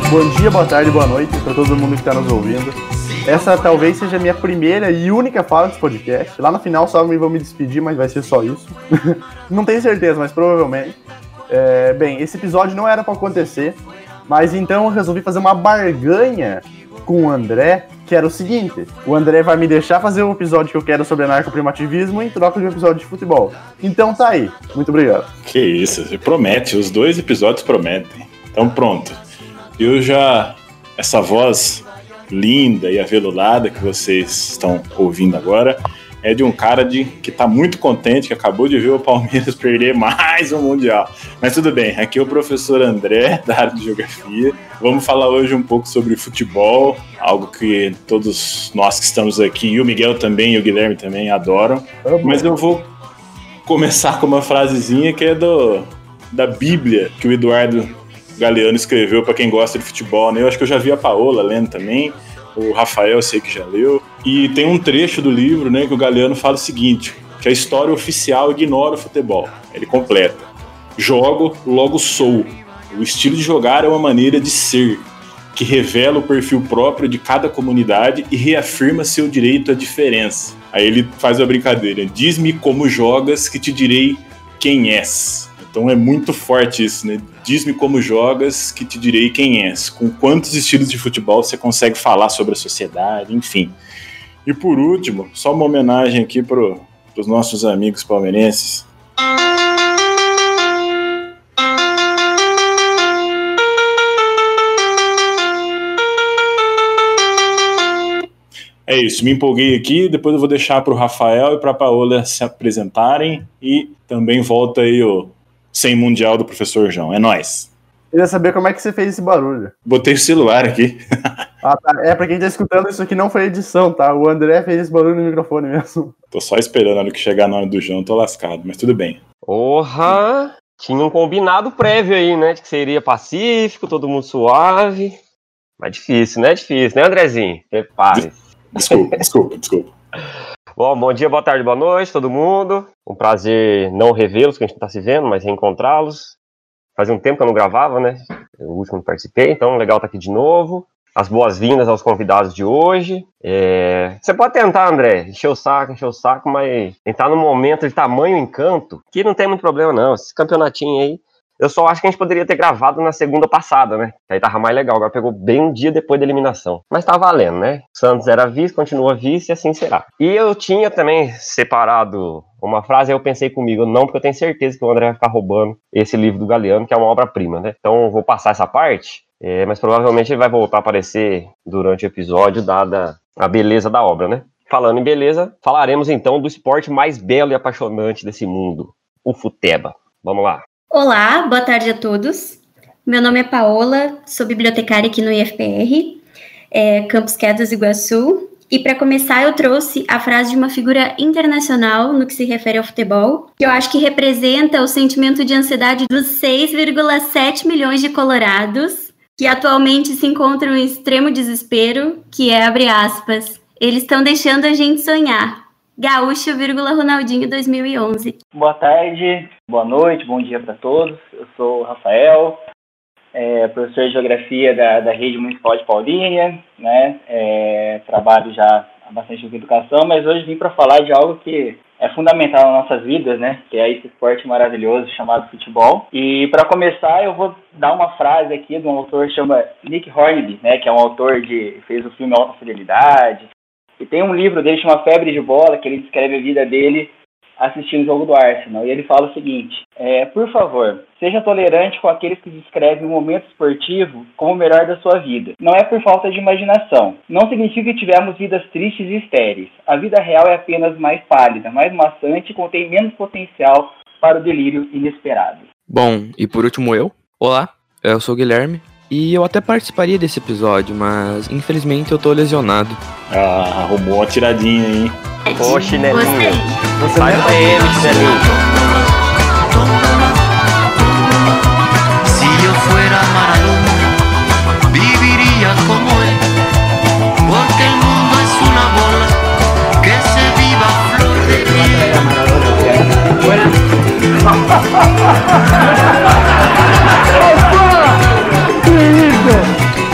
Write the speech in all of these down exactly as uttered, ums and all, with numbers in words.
Bom dia, boa tarde, boa noite para todo mundo que está nos ouvindo. Essa talvez seja a minha primeira e única fala desse podcast. Lá no final só me vou me despedir, mas vai ser só isso. Não tenho certeza, mas provavelmente. É, bem, esse episódio não era para acontecer, mas então eu resolvi fazer uma barganha com o André, que era o seguinte: o André vai me deixar fazer o episódio que eu quero sobre anarcoprimativismo em troca de um episódio de futebol. Então tá aí, muito obrigado. Que isso, você promete, os dois episódios prometem. Então pronto, eu já, essa voz linda e aveludada que vocês estão ouvindo agora é de um cara de, que tá muito contente, que acabou de ver o Palmeiras perder mais um Mundial. Mas tudo bem, aqui é o professor André, da área de Geografia. Vamos falar hoje um pouco sobre futebol, algo que todos nós que estamos aqui, e o Miguel também, e o Guilherme também, adoram. Mas eu vou começar com uma frasezinha que é do, da Bíblia, que o Eduardo Galeano escreveu para quem gosta de futebol, né? Eu acho que eu já vi a Paola lendo também, o Rafael eu sei que já leu, e tem um trecho do livro, né, que o Galeano fala o seguinte, que a história oficial ignora o futebol. Ele completa: jogo, logo sou. O estilo de jogar é uma maneira de ser, que revela o perfil próprio de cada comunidade e reafirma seu direito à diferença. Aí ele faz uma brincadeira: diz-me como jogas que te direi quem és. Então é muito forte isso, né? Diz-me como jogas que te direi quem és. Com quantos estilos de futebol você consegue falar sobre a sociedade, enfim. E por último, só uma homenagem aqui para os nossos amigos palmeirenses. É isso, me empolguei aqui, depois eu vou deixar para o Rafael e para a Paola se apresentarem e também volta aí o Sem Mundial do professor João. É nóis. Queria saber como é que você fez esse barulho. Botei o celular aqui. Ah, tá. É, pra quem tá escutando, isso aqui não foi edição, tá? O André fez esse barulho no microfone mesmo. Tô só esperando a hora que chegar na hora do João, tô lascado, mas tudo bem. Porra! Tinha um combinado prévio aí, né? De que seria pacífico, todo mundo suave. Mas difícil, né? Difícil, né, Andrezinho? Prepare. Desculpa, desculpa, desculpa. Bom, bom dia, boa tarde, boa noite, todo mundo. Um prazer não revê-los, que a gente não tá se vendo, mas reencontrá-los. Fazia um tempo que eu não gravava, né? O último que participei, então legal estar aqui de novo. As boas-vindas aos convidados de hoje. É... Você pode tentar, André, encher o saco, encher o saco, mas entrar num momento de tamanho encanto, que não tem muito problema não. Esse campeonatinho aí, eu só acho que a gente poderia ter gravado na segunda passada, né? Que aí tava mais legal, agora pegou bem um dia depois da eliminação. Mas tá valendo, né? O Santos era vice, continua vice e assim será. E eu tinha também separado uma frase, aí eu pensei comigo, não, porque eu tenho certeza que o André vai ficar roubando esse livro do Galeano, que é uma obra-prima, né? Então eu vou passar essa parte, é, mas provavelmente ele vai voltar a aparecer durante o episódio, dada a beleza da obra, né? Falando em beleza, falaremos então do esporte mais belo e apaixonante desse mundo, o futeba. Vamos lá. Olá, boa tarde a todos. Meu nome é Paola, sou bibliotecária aqui no I F P R, é, Campus Quedas, Iguaçu. E para começar, eu trouxe a frase de uma figura internacional no que se refere ao futebol, que eu acho que representa o sentimento de ansiedade dos seis vírgula sete milhões de colorados, que atualmente se encontram em extremo desespero, que é, abre aspas, eles estão deixando a gente sonhar. Gaúcho, vírgula, Ronaldinho dois mil e onze. Boa tarde, boa noite, bom dia para todos. Eu sou o Rafael, é, professor de Geografia da, da Rede Municipal de Paulínia, né? É, trabalho já há bastante tempo em educação, mas hoje vim para falar de algo que é fundamental nas nossas vidas, né? Que é esse esporte maravilhoso chamado futebol. E para começar, eu vou dar uma frase aqui de um autor que chama Nick Hornby, né? Que é um autor de fez o filme Alta Fidelidade. E tem um livro dele chamado Febre de Bola, que ele descreve a vida dele assistindo o jogo do Arsenal. E ele fala o seguinte: é, por favor, seja tolerante com aqueles que descrevem o momento esportivo como o melhor da sua vida. Não é por falta de imaginação. Não significa que tivemos vidas tristes e estéreis. A vida real é apenas mais pálida, mais maçante e contém menos potencial para o delírio inesperado. Bom, e por último eu. Olá, eu sou o Guilherme. E eu até participaria desse episódio, mas infelizmente eu tô lesionado. Ah, arrumou uma tiradinha, hein? Ô, chinelinho. Você Sai do P M, chinelinho. Si yo fuera Maradona, viviría como él, porque el mundo es una bola que se viva a flor de piel.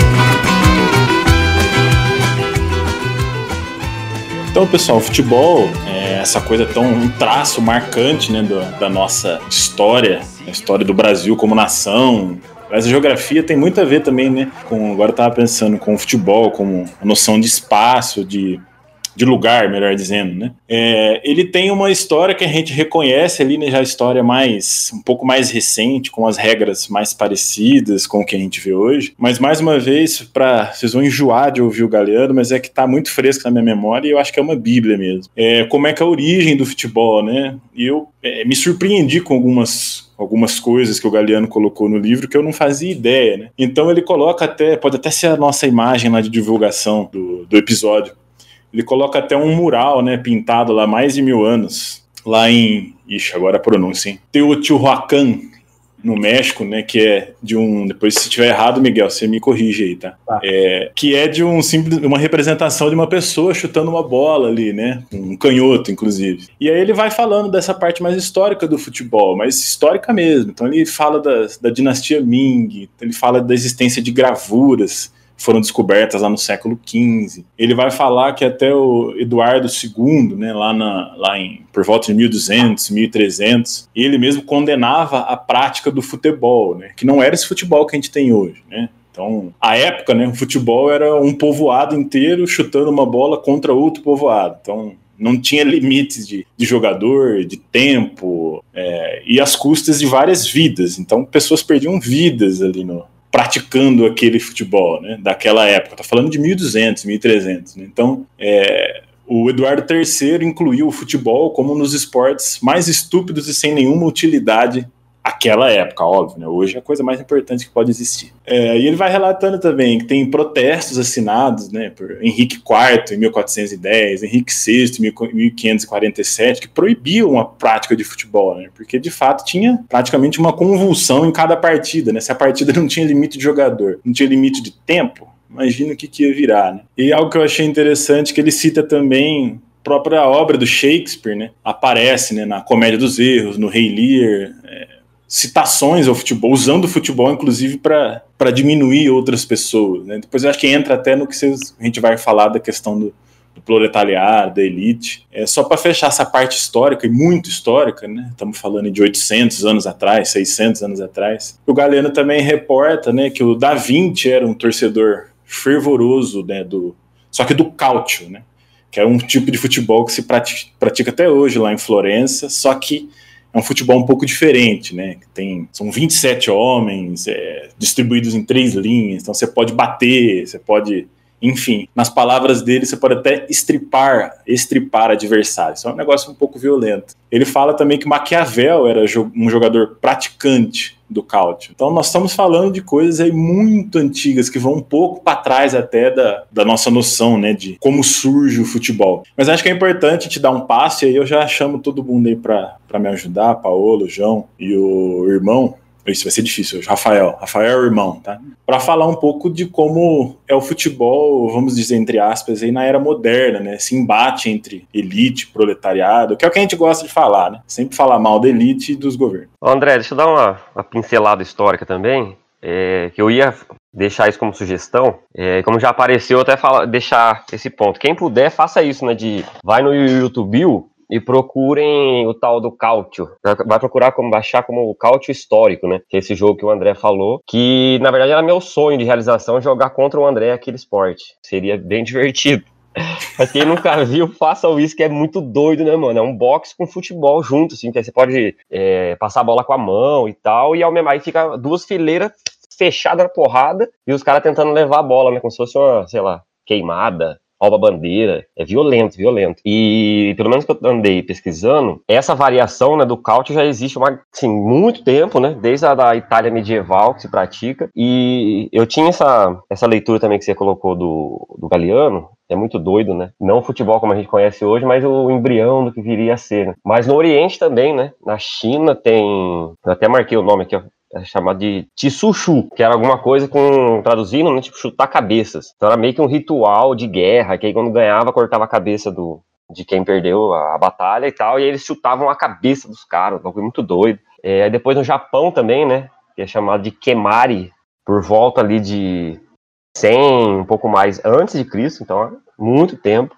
Então, pessoal, o futebol é essa coisa tão, um traço marcante, né, do, da nossa história, a história do Brasil como nação. Essa geografia tem muito a ver também, né, com, agora eu tava pensando, com o futebol, com a noção de espaço, de, de lugar, melhor dizendo, né. É, ele tem uma história que a gente reconhece ali, né, já a história mais, um pouco mais recente, com as regras mais parecidas com o que a gente vê hoje, mas mais uma vez, pra, vocês vão enjoar de ouvir o Galeano, mas é que tá muito fresco na minha memória e eu acho que é uma bíblia mesmo. É, como é que é a origem do futebol, né, e eu é, me surpreendi com algumas algumas coisas que o Galeano colocou no livro que eu não fazia ideia, né? Então ele coloca até, pode até ser a nossa imagem lá de divulgação do, do episódio, ele coloca até um mural, né, pintado lá há mais de mil anos, lá em, ixi, agora a pronúncia, hein? Teotihuacan, no México, né, que é de um, depois se estiver errado, Miguel, você me corrige aí, tá? tá. É, que é de um simples, uma representação de uma pessoa chutando uma bola ali, né, um canhoto, inclusive. E aí ele vai falando dessa parte mais histórica do futebol, mas histórica mesmo. Então ele fala da, da dinastia Ming, ele fala da existência de gravuras, foram descobertas lá no século quinze. Ele vai falar que até o Eduardo segundo, né, lá, na, lá em, por volta de mil e duzentos, mil e trezentos, ele mesmo condenava a prática do futebol, né, que não era esse futebol que a gente tem hoje, né. Então, à época, né, o futebol era um povoado inteiro chutando uma bola contra outro povoado. Então, não tinha limites de, de jogador, de tempo, é, e às custas de várias vidas. Então, pessoas perdiam vidas ali no praticando aquele futebol, né, daquela época. Tá falando de mil e duzentos, mil e trezentos, né? Então, é, o Eduardo terceiro incluiu o futebol como um dos esportes mais estúpidos e sem nenhuma utilidade aquela época, óbvio, né? Hoje é a coisa mais importante que pode existir. É, e ele vai relatando também que tem protestos assinados, né, por Henrique quarto em mil quatrocentos e dez, Henrique sexto em mil quinhentos e quarenta e sete, que proibiam a prática de futebol, né, porque de fato tinha praticamente uma convulsão em cada partida, né? Se a partida não tinha limite de jogador, não tinha limite de tempo, imagina o que, que ia virar, né? E algo que eu achei interessante que ele cita também a própria obra do Shakespeare, né? Aparece, né, na Comédia dos Erros, no Rei Lear, é, citações ao futebol, usando o futebol, inclusive, para diminuir outras pessoas, né? Depois eu acho que entra até no que vocês, a gente vai falar da questão do, do proletariado, da elite. É, só para fechar essa parte histórica, e muito histórica, né? Estamos falando de oitocentos anos atrás, seiscentos anos atrás. O Galeano também reporta, né, que o Da Vinci era um torcedor fervoroso, né, do, só que do Calcio, né? Que é um tipo de futebol que se pratica, pratica até hoje lá em Florença, só que é um futebol um pouco diferente, né? Tem, são vinte e sete homens é, distribuídos em três linhas, então você pode bater, você pode, enfim, nas palavras dele, você pode até estripar, estripar adversários. Isso é um negócio um pouco violento. Ele fala também que Maquiavel era um jogador praticante do Calcio. Então nós estamos falando de coisas aí muito antigas, que vão um pouco para trás até da, da nossa noção, né, de como surge o futebol. Mas acho que é importante te dar um passo, e aí eu já chamo todo mundo aí para me ajudar, Paola, o João e o irmão. Isso vai ser difícil hoje, Rafael. Rafael é o irmão, tá? Para falar um pouco de como é o futebol, vamos dizer, entre aspas, aí na era moderna, né? Esse embate entre elite e proletariado, que é o que a gente gosta de falar, né? Sempre falar mal da elite e dos governos. André, deixa eu dar uma, uma pincelada histórica também, é, que eu ia deixar isso como sugestão, é, como já apareceu, até falar, deixar esse ponto. Quem puder, faça isso, né? De vai no YouTube e procurem o tal do Calcio. Vai procurar como baixar como o Calcio histórico, né? Que é esse jogo que o André falou, que na verdade era meu sonho de realização, jogar contra o André aquele esporte. Seria bem divertido. Mas quem nunca viu, faça isso, que é muito doido, né, mano? É um boxe com futebol junto, assim, que aí você pode é, passar a bola com a mão e tal, e ao mesmo aí fica duas fileiras fechadas na porrada, e os caras tentando levar a bola, né? Como se fosse uma, sei lá, queimada, rouba bandeira, é violento, violento. E pelo menos que eu andei pesquisando, essa variação, né, do Calcio já existe há assim, muito tempo, né, desde a da Itália medieval que se pratica, e eu tinha essa, essa leitura também que você colocou do, do Galeano, é muito doido, né, não o futebol como a gente conhece hoje, mas o embrião do que viria a ser, né? Mas no Oriente também, né, na China tem, eu até marquei o nome aqui, ó, é chamado de Tsushu, que era alguma coisa com, traduzindo, né, tipo, chutar cabeças. Então era meio que um ritual de guerra, que aí quando ganhava, cortava a cabeça do, de quem perdeu a, a batalha e tal, e aí eles chutavam a cabeça dos caras, algo muito doido. É, depois no Japão também, né, que é chamado de Kemari, por volta ali de cem, um pouco mais antes de Cristo, então há muito tempo.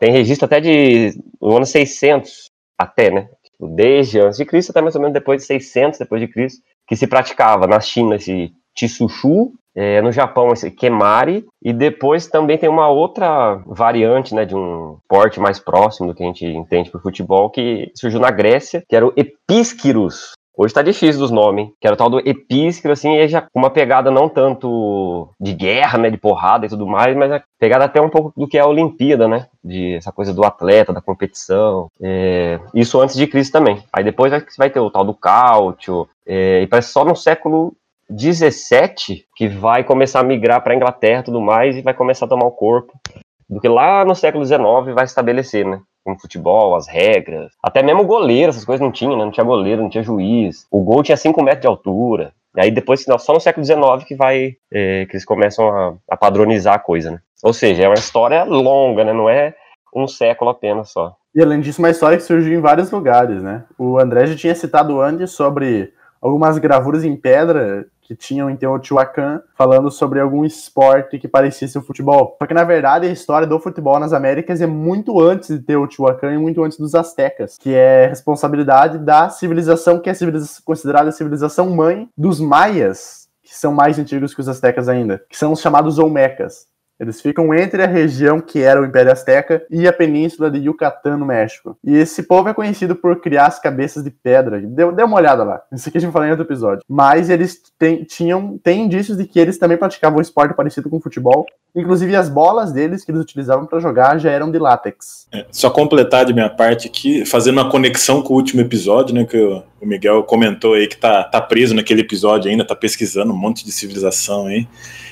tem registro até de no ano seiscentos, até, né? Desde antes de Cristo até mais ou menos depois de seiscentos depois de Cristo, que se praticava na China esse Tsushu, é, no Japão esse Kemari, e depois também tem uma outra variante, né, de um esporte mais próximo do que a gente entende por futebol, que surgiu na Grécia, que era o Epísquiros. Hoje tá difícil dos nomes, hein? Que era o tal do Epísquiro, assim, e já com uma pegada não tanto de guerra, né, de porrada e tudo mais, mas a pegada até um pouco do que é a Olimpíada, né, de essa coisa do atleta, da competição, é, isso antes de Cristo também. Aí depois vai ter o tal do cáutio, é, e parece só no século dezessete que vai começar a migrar para a Inglaterra e tudo mais, e vai começar a tomar o corpo, do que lá no século dezenove vai estabelecer, né? Como futebol, as regras, até mesmo goleiro, essas coisas não tinha, né? Não tinha goleiro, não tinha juiz. O gol tinha cinco metros de altura. E aí depois, só no século dezenove que vai, é, que eles começam a, a padronizar a coisa, né? Ou seja, é uma história longa, né? Não é um século apenas só. E além disso, uma história que surgiu em vários lugares, né? O André já tinha citado antes sobre algumas gravuras em pedra que tinham em Teotihuacan, falando sobre algum esporte que parecia ser o futebol. Só que, na verdade, a história do futebol nas Américas é muito antes de Teotihuacan e muito antes dos astecas, que é responsabilidade da civilização que é civilização, considerada a civilização mãe dos maias, que são mais antigos que os astecas ainda, que são os chamados olmecas. Eles ficam entre a região que era o Império Azteca e a península de Yucatán, no México. E esse povo é conhecido por criar as cabeças de pedra. Dê, dê uma olhada lá. Isso aqui a gente falou em outro episódio. Mas eles tem, tinham, têm indícios de que eles também praticavam um esporte parecido com futebol. Inclusive as bolas deles que eles utilizavam para jogar já eram de látex. É, só completar de minha parte aqui, fazendo uma conexão com o último episódio, né, que o, o Miguel comentou aí que tá, tá preso naquele episódio ainda, tá pesquisando um monte de civilização aí.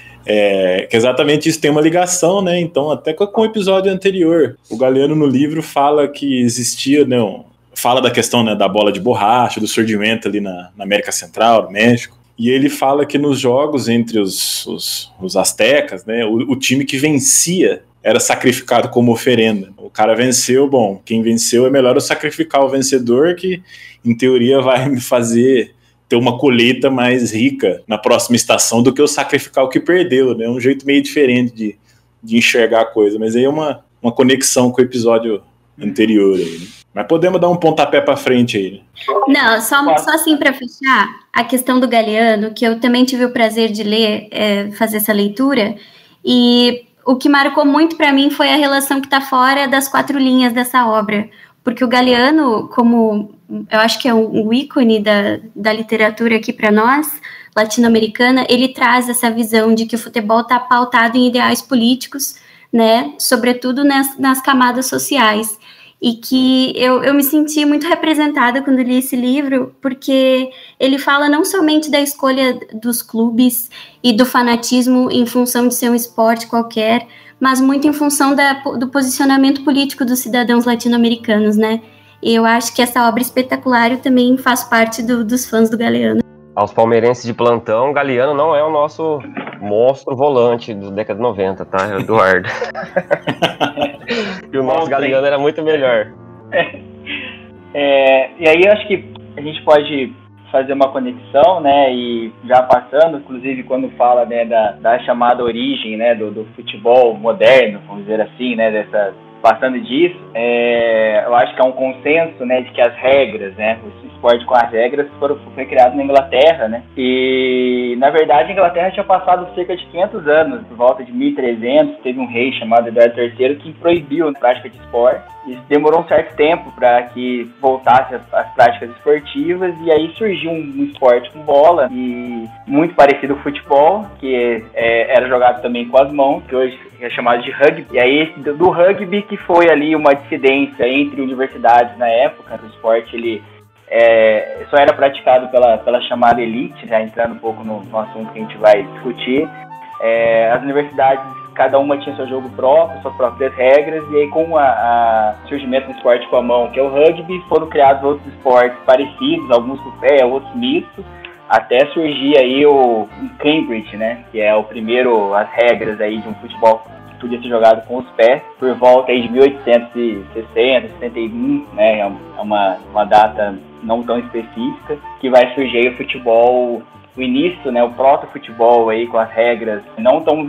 É, que exatamente isso tem uma ligação, né? Então, até com o episódio anterior, o Galeano no livro fala que existia, né, um, fala da questão, né, da bola de borracha, do surgimento ali na, na América Central, no México, e ele fala que nos jogos entre os, os, os astecas, né, o, o time que vencia era sacrificado como oferenda. O cara venceu, bom, quem venceu é melhor eu sacrificar o vencedor, que em teoria vai me fazer ter uma colheita mais rica na próxima estação do que eu sacrificar o que perdeu, né? É um jeito meio diferente de, de enxergar a coisa, mas aí é uma, uma conexão com o episódio anterior aí, né? Mas podemos dar um pontapé para frente aí, né? Não, só, só assim para fechar, a questão do Galeano, que eu também tive o prazer de ler, é, fazer essa leitura, e o que marcou muito para mim foi a relação que está fora das quatro linhas dessa obra, porque o Galeano, como eu acho que é um, um ícone da, da literatura aqui para nós, latino-americana, ele traz essa visão de que o futebol está pautado em ideais políticos, né, sobretudo nas, nas camadas sociais, e que eu, eu me senti muito representada quando li esse livro, porque ele fala não somente da escolha dos clubes e do fanatismo em função de ser um esporte qualquer, mas muito em função da, do posicionamento político dos cidadãos latino-americanos, né? E eu acho que essa obra espetacular eu também faço parte do, dos fãs do Galeano. Aos palmeirenses de plantão, Galeano não é o nosso monstro volante da década de noventa, tá, Eduardo? E o nosso Galeano era muito melhor. É, é, e aí eu acho que a gente pode fazer uma conexão, né, e já passando, inclusive quando fala, né, da, da chamada origem, né, do, do futebol moderno, vamos dizer assim, né, dessa, passando disso, é, eu acho que há um consenso, né, de que as regras, né, o esporte com as regras foram, foi criado na Inglaterra, né, e na verdade a Inglaterra tinha passado cerca de quinhentos anos, por volta de mil e trezentos, teve um rei chamado Eduardo terceiro que proibiu a prática de esporte. Isso demorou um certo tempo para que voltasse as, as práticas esportivas, e aí surgiu um, um esporte com bola, e muito parecido ao futebol, que é, era jogado também com as mãos, que hoje é chamado de rugby. E aí do, do rugby que foi ali uma dissidência entre universidades na época, o esporte ele é, só era praticado pela, pela chamada elite, já entrando um pouco no, no assunto que a gente vai discutir. É, as universidades, cada uma tinha seu jogo próprio, suas próprias regras, e aí com o surgimento do esporte com a mão, que é o rugby, foram criados outros esportes parecidos, alguns com o pé, outros mistos, até surgir aí o, o Cambridge, né, que é o primeiro, as regras aí de um futebol que podia ser jogado com os pés, por volta aí de mil oitocentos e sessenta, sessenta e um, né, é uma, uma data não tão específica, que vai surgir aí o futebol, o início, né, o proto-futebol aí com as regras não tão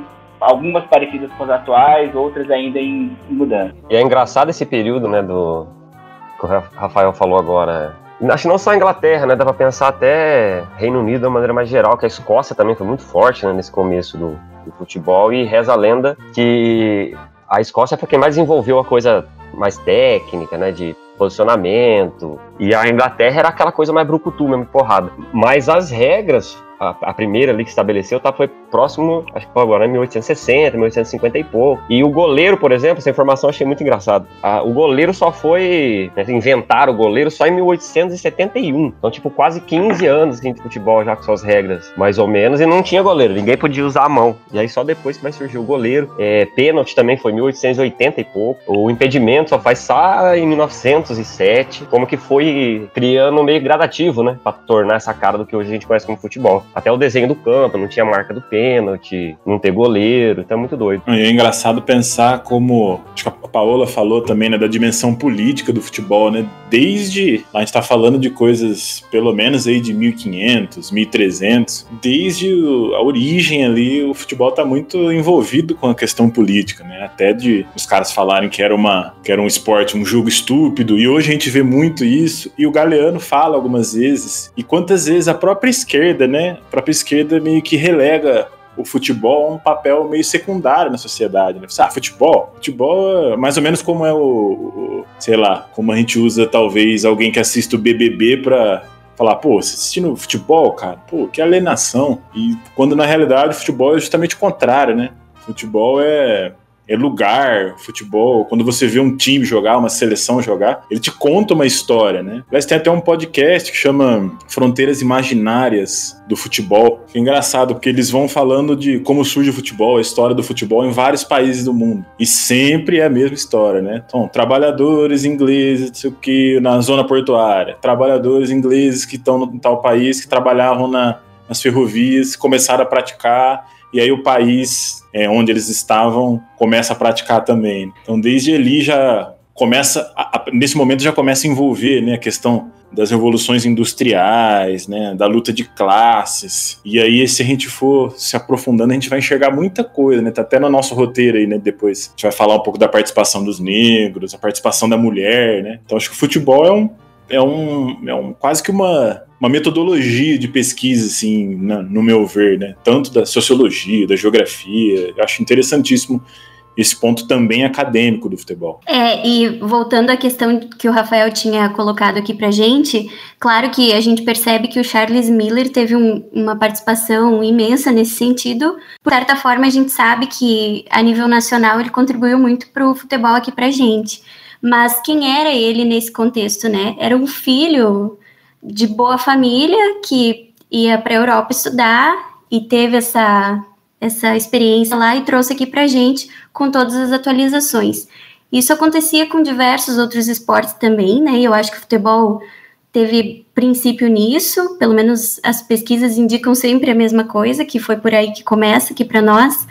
algumas parecidas com as atuais, outras ainda em, em mudança. E é engraçado esse período, né, do que o Rafael falou agora. Acho que não só a Inglaterra, né, dá pra pensar até Reino Unido de uma maneira mais geral, que a Escócia também foi muito forte, né, nesse começo do, do futebol, e reza a lenda que a Escócia foi quem mais desenvolveu a coisa mais técnica, né, de posicionamento, e a Inglaterra era aquela coisa mais brucutu mesmo, porrada. Mas as regras, a, a primeira ali que estabeleceu, tá, foi próximo, acho que foi agora, mil oitocentos e sessenta, mil oitocentos e cinquenta e pouco. E o goleiro, por exemplo, essa informação eu achei muito engraçado. A, o goleiro só foi, né, inventaram o goleiro só em mil oitocentos e setenta e um. Então, tipo, quase quinze anos assim, de futebol já com suas regras, mais ou menos, e não tinha goleiro, ninguém podia usar a mão. E aí só depois que vai surgir o goleiro. É, pênalti também foi mil oitocentos e oitenta e pouco. O impedimento só faz só em mil novecentos e sete. Como que foi criando meio gradativo, né, pra tornar essa cara do que hoje a gente conhece como futebol. Até o desenho do campo, não tinha marca do pênalti, não ter goleiro, então é muito doido. E é engraçado pensar como, acho que a Paola falou também, né, da dimensão política do futebol, né, desde, a gente tá falando de coisas, pelo menos aí de mil e quinhentos, mil e trezentos, desde a origem ali, o futebol tá muito envolvido com a questão política, né, até de os caras falarem que era, uma, que era um esporte, um jogo estúpido, e hoje a gente vê muito isso, e o Galeano fala algumas vezes, e quantas vezes a própria esquerda, né, a própria esquerda meio que relega o futebol a um papel meio secundário na sociedade, né? Ah, futebol? Futebol é mais ou menos como é o, o, sei lá, como a gente usa talvez alguém que assiste o B B B pra falar, pô, você assistindo futebol, cara? Pô, que alienação. E quando na realidade o futebol é justamente o contrário, né? Futebol é... é lugar, futebol, quando você vê um time jogar, uma seleção jogar, ele te conta uma história, né? Aliás, tem até um podcast que chama Fronteiras Imaginárias do Futebol, que é engraçado, porque eles vão falando de como surge o futebol, a história do futebol em vários países do mundo, e sempre é a mesma história, né? Então, trabalhadores ingleses, não sei o que, na zona portuária, trabalhadores ingleses que estão em tal país, que trabalhavam na, nas ferrovias, começaram a praticar, e aí o país é, onde eles estavam começa a praticar também. Então, desde ali já começa, a, a, nesse momento já começa a envolver, né, a questão das revoluções industriais, né, da luta de classes. E aí, se a gente for se aprofundando, a gente vai enxergar muita coisa, né? Tá até no nosso roteiro aí, né? Depois a gente vai falar um pouco da participação dos negros, a participação da mulher, né? Então, acho que o futebol é um, é um, é um quase que uma... uma metodologia de pesquisa, assim, na, no meu ver, né? Tanto da sociologia, da geografia. Eu acho interessantíssimo esse ponto também acadêmico do futebol. É, e voltando à questão que o Rafael tinha colocado aqui pra gente, claro que a gente percebe que o Charles Miller teve um, uma participação imensa nesse sentido. Por certa forma, a gente sabe que, a nível nacional, ele contribuiu muito pro futebol aqui pra gente. Mas quem era ele nesse contexto, né? Era um filho de boa família que ia para a Europa estudar e teve essa, essa experiência lá e trouxe aqui para a gente com todas as atualizações. Isso acontecia com diversos outros esportes também, né? E eu acho que o futebol teve princípio nisso, pelo menos as pesquisas indicam sempre a mesma coisa, que foi por aí que começa aqui para nós.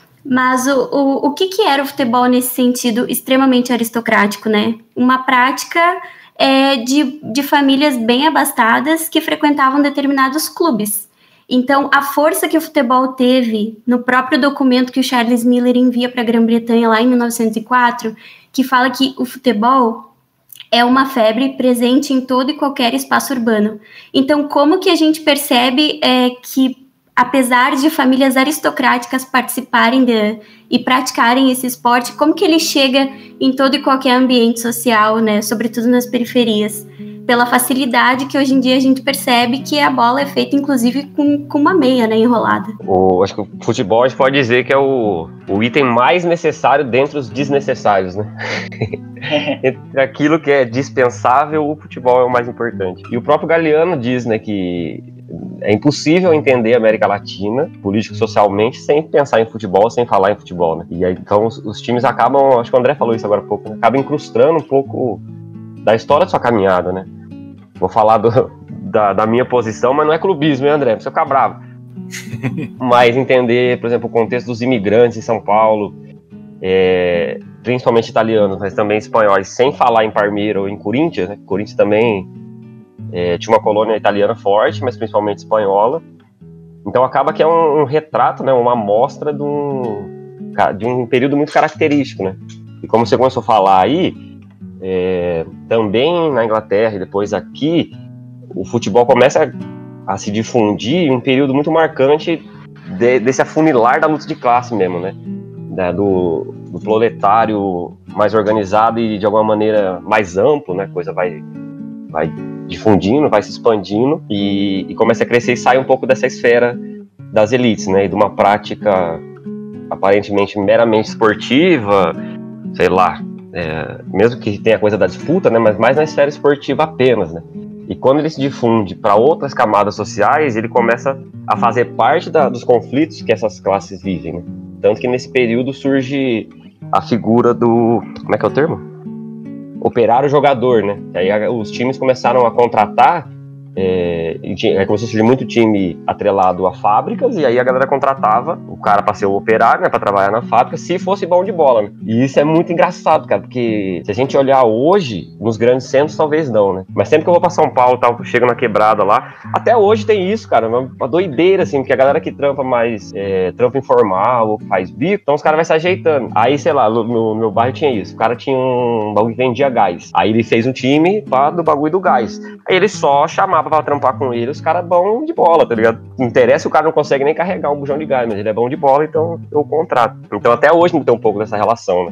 Mas o, o, o que, que era o futebol nesse sentido extremamente aristocrático, né? Uma prática... É, de, de famílias bem abastadas que frequentavam determinados clubes. Então, a força que o futebol teve no próprio documento que o Charles Miller envia para a Grã-Bretanha lá em mil novecentos e quatro, que fala que o futebol é uma febre presente em todo e qualquer espaço urbano. Então, como que a gente percebe é, que, apesar de famílias aristocráticas participarem de, e praticarem esse esporte, como que ele chega em todo e qualquer ambiente social, né, sobretudo nas periferias? Pela facilidade que hoje em dia a gente percebe que a bola é feita, inclusive, com, com uma meia, né, enrolada. O, acho que o futebol a gente pode dizer que é o, o item mais necessário dentre os desnecessários, né? Entre aquilo que é dispensável, o futebol é o mais importante. E o próprio Galeano diz, né, que é impossível entender a América Latina, político-socialmente, sem pensar em futebol, sem falar em futebol, né? E aí, então, os, os times acabam, acho que o André falou isso agora há pouco, né? Acabam incrustando um pouco da história da sua caminhada, né? Vou falar do, da, da minha posição, mas não é clubismo, hein, André? Não precisa ficar bravo. Mas entender, por exemplo, o contexto dos imigrantes em São Paulo, é, principalmente italianos, mas também espanhóis, sem falar em Parmeira ou em Corinthians, né? Corinthians também é, tinha uma colônia italiana forte, mas principalmente espanhola. Então acaba que é um, um retrato, né, uma amostra de um, de um período muito característico, né? E como você começou a falar aí, é, também na Inglaterra e depois aqui, o futebol começa a, a se difundir em um período muito marcante de, desse afunilar da luta de classe mesmo, né? Da, do, do proletário mais organizado e de alguma maneira mais amplo, né? A coisa vai, vai difundindo, vai se expandindo e, e começa a crescer e sai um pouco dessa esfera das elites, né? E de uma prática aparentemente meramente esportiva, sei lá, é, mesmo que tenha a coisa da disputa, né? Mas mais na esfera esportiva apenas, né? E quando ele se difunde para outras camadas sociais, ele começa a fazer parte da, dos conflitos que essas classes vivem, né? Tanto que nesse período surge a figura do... Como é que é o termo? Operário jogador, né? E aí os times começaram a contratar, é, e tinha, aí começou a surgir muito time atrelado a fábricas, e aí a galera contratava o cara para ser o operário, né? Para trabalhar na fábrica, se fosse bom de bola, né? E isso é muito engraçado, cara, porque se a gente olhar hoje, nos grandes centros talvez não, né? Mas sempre que eu vou para São Paulo, tal, chego na quebrada lá, até hoje tem isso, cara, uma, uma doideira, assim, porque a galera que trampa mais, é, trampa informal, ou faz bico, então os caras vão se ajeitando. Aí, sei lá, no, no meu bairro tinha isso, o cara tinha um bagulho que vendia gás, aí ele fez um time pá, do bagulho do gás, aí ele só chamava pra trampar com ele, os caras bom de bola, tá ligado? Não interessa, o cara não consegue nem carregar um bujão de gás, mas ele é bom de bola, então eu contrato. Então até hoje não tem um pouco dessa relação, né?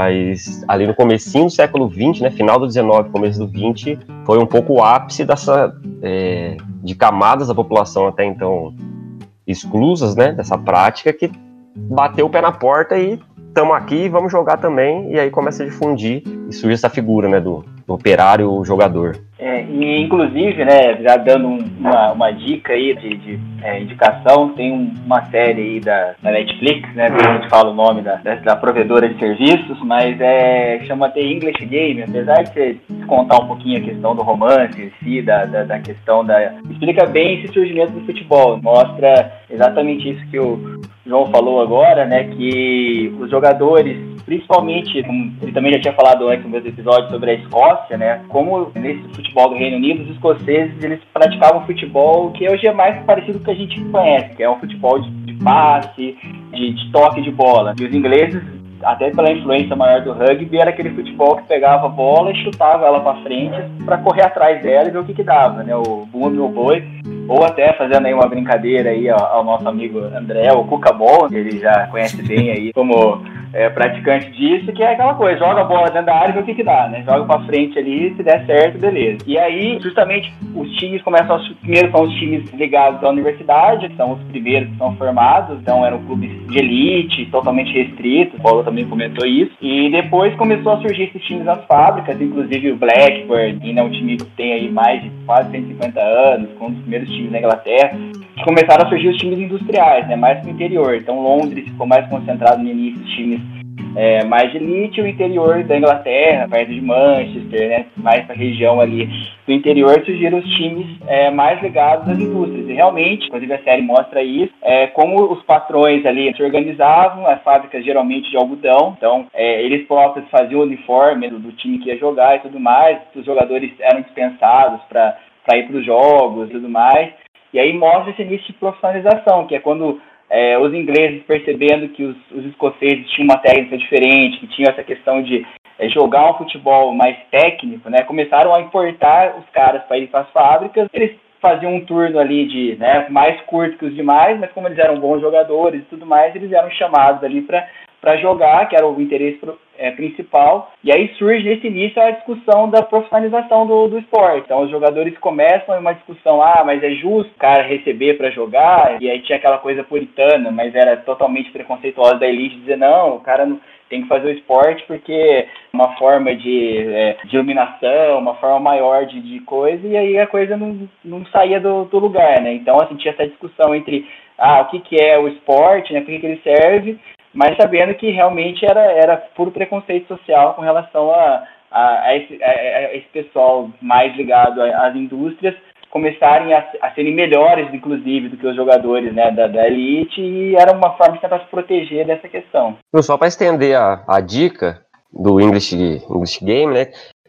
Mas ali no comecinho do século vinte, né, final do dezenove, começo do vinte, foi um pouco o ápice dessa, é, de camadas da população até então exclusas, né, dessa prática, que bateu o pé na porta e estamos aqui, vamos jogar também, e aí começa a difundir e surge essa figura, né, do, do operário jogador. É, e inclusive, né, já dando um, uma, uma dica aí de, de é, indicação, tem um, uma série aí da, da Netflix, né, que a gente fala o nome da, da, da provedora de serviços, mas é, chama The English Game, apesar de você contar um pouquinho a questão do romance em si, da, da, da questão da... explica bem esse surgimento do futebol, mostra exatamente isso que o João falou agora, né, que os jogadores, principalmente, como ele também já tinha falado antes no mesmo episódio sobre a Escócia, né, como nesse futebol do Reino Unido, os escoceses, eles praticavam futebol que hoje é mais parecido com o que a gente conhece, que é um futebol de, de passe, de, de toque de bola. E os ingleses, até pela influência maior do rugby, era aquele futebol que pegava a bola e chutava ela para frente para correr atrás dela e ver o que que dava, né, o boom no boi. Ou até fazendo aí uma brincadeira aí ao, ao nosso amigo André, o Cucabol, que ele já conhece bem aí como é, praticante disso, que é aquela coisa, joga a bola dentro da área e vê o que que dá, né? Joga pra frente ali, se der certo, beleza. E aí, justamente, os times começam, a, primeiro são os times ligados à universidade, que são os primeiros que são formados, então eram clubes de elite, totalmente restritos, o Paulo também comentou isso, e depois começou a surgir esses times nas fábricas, inclusive o Blackburn, que é um time que tem aí mais de quase cento e cinquenta anos, com um dos primeiros times na Inglaterra, que começaram a surgir os times industriais, né, mais no interior. Então Londres ficou mais concentrado no início, os times é, mais de elite, o interior da Inglaterra, perto de Manchester, né, mais para a região ali do interior, surgiram os times é, mais ligados às indústrias. E realmente, inclusive a série mostra isso, é, como os patrões ali se organizavam, as fábricas geralmente de algodão, então é, eles próprios faziam o uniforme do, do time que ia jogar e tudo mais, os jogadores eram dispensados para para ir para os jogos e tudo mais, e aí mostra esse início de profissionalização, que é quando é, os ingleses, percebendo que os, os escoceses tinham uma técnica diferente, que tinham essa questão de é, jogar um futebol mais técnico, né, começaram a importar os caras para ir para as fábricas. Eles faziam um turno ali de, né, mais curto que os demais, mas como eles eram bons jogadores e tudo mais, eles eram chamados ali para para jogar, que era o interesse é, principal, e aí surge nesse início a discussão da profissionalização do, do esporte. Então os jogadores começam em uma discussão, ah, mas é justo o cara receber para jogar, e aí tinha aquela coisa puritana, mas era totalmente preconceituosa da elite, dizer, não, o cara não tem que fazer o esporte porque é uma forma de, é, de iluminação, uma forma maior de, de coisa, e aí a coisa não, não saía do, do lugar, né? Então assim, tinha essa discussão entre, ah, o que, que é o esporte, né, para que, que ele serve, mas sabendo que realmente era, era puro preconceito social com relação a, a, a, esse, a, a esse pessoal mais ligado às indústrias começarem a, a serem melhores, inclusive, do que os jogadores, né, da, da elite, e era uma forma de tentar se proteger dessa questão. Só para estender a, a dica do English, English Game, né,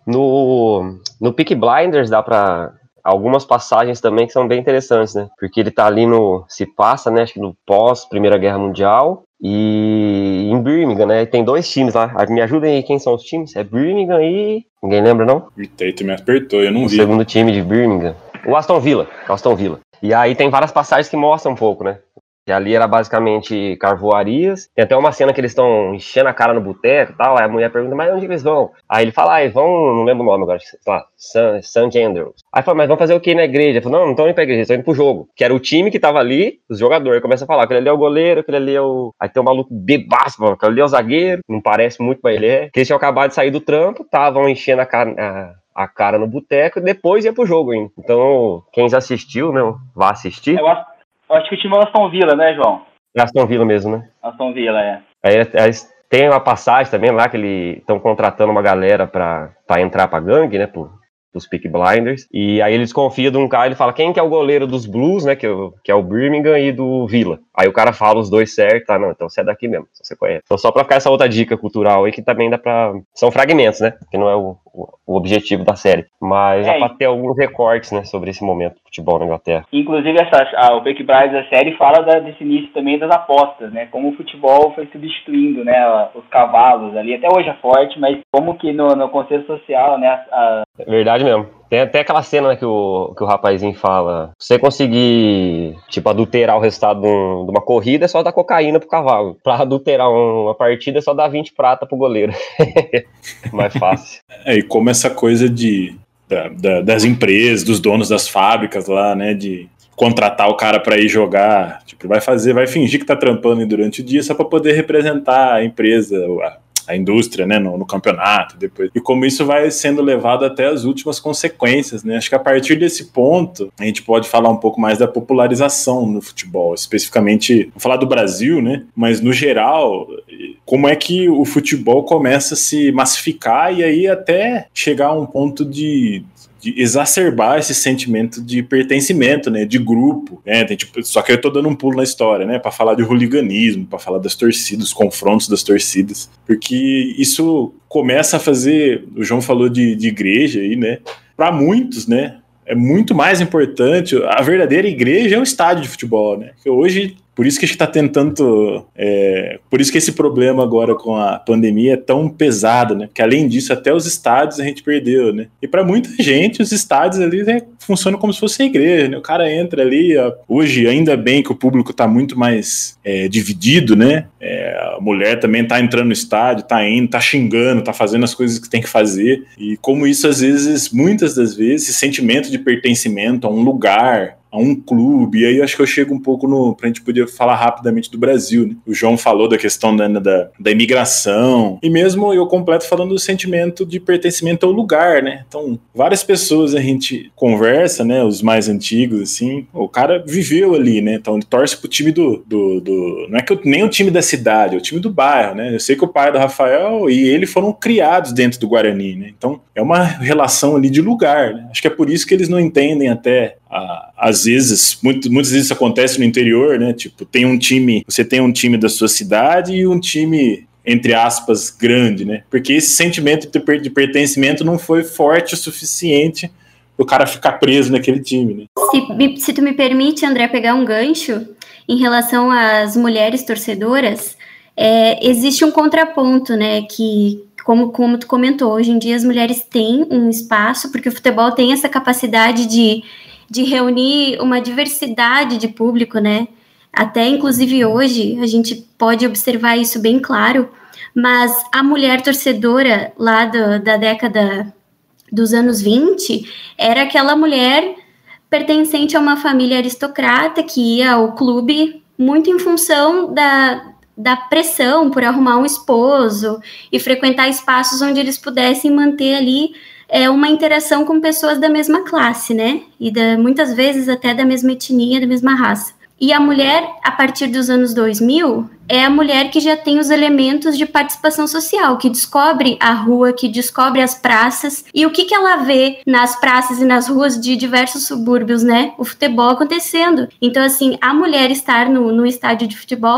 no, no Peaky Blinders dá para... algumas passagens também que são bem interessantes, né? Porque ele tá ali no... se passa, né? Acho que no pós-Primeira Guerra Mundial. E em Birmingham, né? Tem dois times lá. Me ajudem aí, quem são os times? É Birmingham e... Ninguém lembra, não? Eita, tu me apertou, eu não o vi. O segundo time de Birmingham. O Aston Villa. Aston Villa. E aí tem várias passagens que mostram um pouco, né? E ali era basicamente carvoarias. Tem até uma cena que eles estão enchendo a cara no boteco e tal. Aí a mulher pergunta, mas onde eles vão? Aí ele fala, ah, eles vão, não lembro o nome agora, sei lá, Saint Andrews. Aí fala, mas vão fazer o que na igreja? Ele falou, não, não estão indo pra igreja, estão indo pro jogo. Que era o time que tava ali, os jogadores. Começa a falar, aquele ali é o goleiro, aquele ali é o... Aí tem um maluco bebaço, aquele ali é o zagueiro, não parece muito, mas ele é. Que eles tinham acabado de sair do trampo, estavam enchendo a cara... A... a cara no boteco e depois ia pro jogo ainda. Então, quem já assistiu, né, vai assistir. Eu acho, eu acho que o time é o Aston Villa, né, João? É Aston Villa mesmo, né? Aston Villa, é. Aí, aí tem uma passagem também lá que eles estão contratando uma galera pra, pra entrar pra gangue, né, pro, dos Peaky Blinders. E aí eles confiam de um cara, ele fala, quem que é o goleiro dos Blues, né, que, que é o Birmingham e do Villa. Aí o cara fala os dois certo, tá, não, então você é daqui mesmo, você conhece. Então só pra ficar essa outra dica cultural aí, que também dá pra... São fragmentos, né, que não é o, o, o objetivo da série. Mas é, dá pra ter alguns recortes, né, sobre esse momento do futebol na Inglaterra. Inclusive, essa, a, o Peaky Blinders, a série, fala da, desse início também das apostas, né, como o futebol foi substituindo, né, os cavalos ali, até hoje é forte, mas como que no, no contexto social, né, a... É verdade mesmo. Tem até aquela cena, né, que o, que o rapazinho fala, você conseguir, tipo, adulterar o resultado de, um, de uma corrida é só dar cocaína pro cavalo. Pra adulterar um, uma partida é só dar vinte prata pro goleiro. Mais fácil. É, e como essa coisa de, da, da, das empresas, dos donos das fábricas lá, né, de contratar o cara pra ir jogar, tipo, vai fazer, vai fingir que tá trampando durante o dia só pra poder representar a empresa, a a indústria, né, no, no campeonato, depois. E como isso vai sendo levado até as últimas consequências, né, acho que a partir desse ponto, a gente pode falar um pouco mais da popularização no futebol, especificamente, vou falar do Brasil, né, mas no geral, como é que o futebol começa a se massificar e aí até chegar a um ponto de... de exacerbar esse sentimento de pertencimento, né, de grupo, né, tem, tipo, só que eu tô dando um pulo na história, né, para falar de hooliganismo, para falar das torcidas, dos confrontos das torcidas, porque isso começa a fazer, o João falou de, de igreja aí, né, para muitos, né, é muito mais importante, a verdadeira igreja é o estádio de futebol, né, que hoje... Por isso que a gente está tentando... É, por isso que esse problema agora com a pandemia é tão pesado, né? Porque além disso, até os estádios a gente perdeu, né? E para muita gente, os estádios ali, né, funcionam como se fosse a igreja, né? O cara entra ali... Ó, hoje, ainda bem que o público está muito mais é, dividido, né? É, a mulher também está entrando no estádio, está indo, está xingando, está fazendo as coisas que tem que fazer. E como isso, às vezes, muitas das vezes, esse sentimento de pertencimento a um lugar... a um clube, e aí acho que eu chego um pouco no, pra gente poder falar rapidamente do Brasil, né? O João falou da questão da, da, da imigração, e mesmo eu completo falando do sentimento de pertencimento ao lugar, né? Então, várias pessoas a gente conversa, né? Os mais antigos, assim, o cara viveu ali, né? Então ele torce pro time do... do, do não é que eu, nem o time da cidade, é o time do bairro, né? Eu sei que o pai do Rafael e ele foram criados dentro do Guarani, né? Então, é uma relação ali de lugar, né? Acho que é por isso que eles não entendem até... A, às vezes, muito, muitas vezes isso acontece no interior, né? Tipo, tem um time, você tem um time da sua cidade e um time, entre aspas, grande, né? Porque esse sentimento de, per, de pertencimento não foi forte o suficiente o cara ficar preso naquele time, né? Se, se tu me permite, André, pegar um gancho em relação às mulheres torcedoras, é, existe um contraponto, né? Que Como, como tu comentou, hoje em dia as mulheres têm um espaço, porque o futebol tem essa capacidade de, de reunir uma diversidade de público, né? Até, inclusive, hoje, a gente pode observar isso bem claro, mas a mulher torcedora lá do, da década dos anos vinte era aquela mulher pertencente a uma família aristocrata que ia ao clube muito em função da... da pressão por arrumar um esposo e frequentar espaços onde eles pudessem manter ali é, uma interação com pessoas da mesma classe, né? E da, muitas vezes até da mesma etnia, da mesma raça. E a mulher, a partir dos anos dois mil, é a mulher que já tem os elementos de participação social, que descobre a rua, que descobre as praças. E o que, que ela vê nas praças e nas ruas de diversos subúrbios, né? O futebol acontecendo. Então, assim, a mulher estar no, no estádio de futebol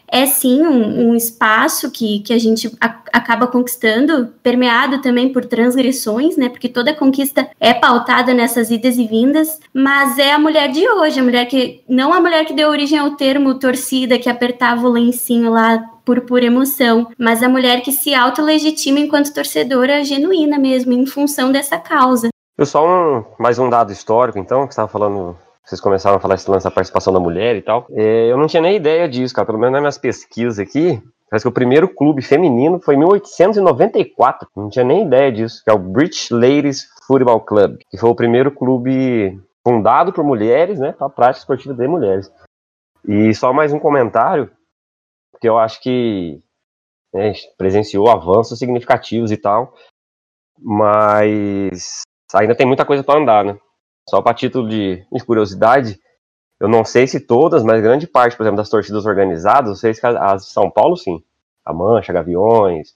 é sim um, um espaço que, que a gente a, acaba conquistando, permeado também por transgressões, né? Porque toda conquista é pautada nessas idas e vindas, mas é a mulher de hoje, a mulher que, não a mulher que deu origem ao termo torcida, que apertava o lencinho lá por pura emoção, mas a mulher que se autolegitima enquanto torcedora genuína mesmo, em função dessa causa. Eu só um, mais um dado histórico, então, que você estava falando, vocês começaram a falar esse lance da participação da mulher e tal. É, eu não tinha nem ideia disso, cara, pelo menos nas minhas pesquisas aqui, parece que o primeiro clube feminino foi em mil oitocentos e noventa e quatro, não tinha nem ideia disso, que é o British Ladies Football Club, que foi o primeiro clube fundado por mulheres, né, para a prática esportiva de mulheres. E só mais um comentário, porque eu acho que né, presenciou avanços significativos e tal, mas ainda tem muita coisa para andar, né? Só para título de, de curiosidade, eu não sei se todas, mas grande parte, por exemplo, das torcidas organizadas, eu sei se as de São Paulo, sim, a Mancha, Gaviões,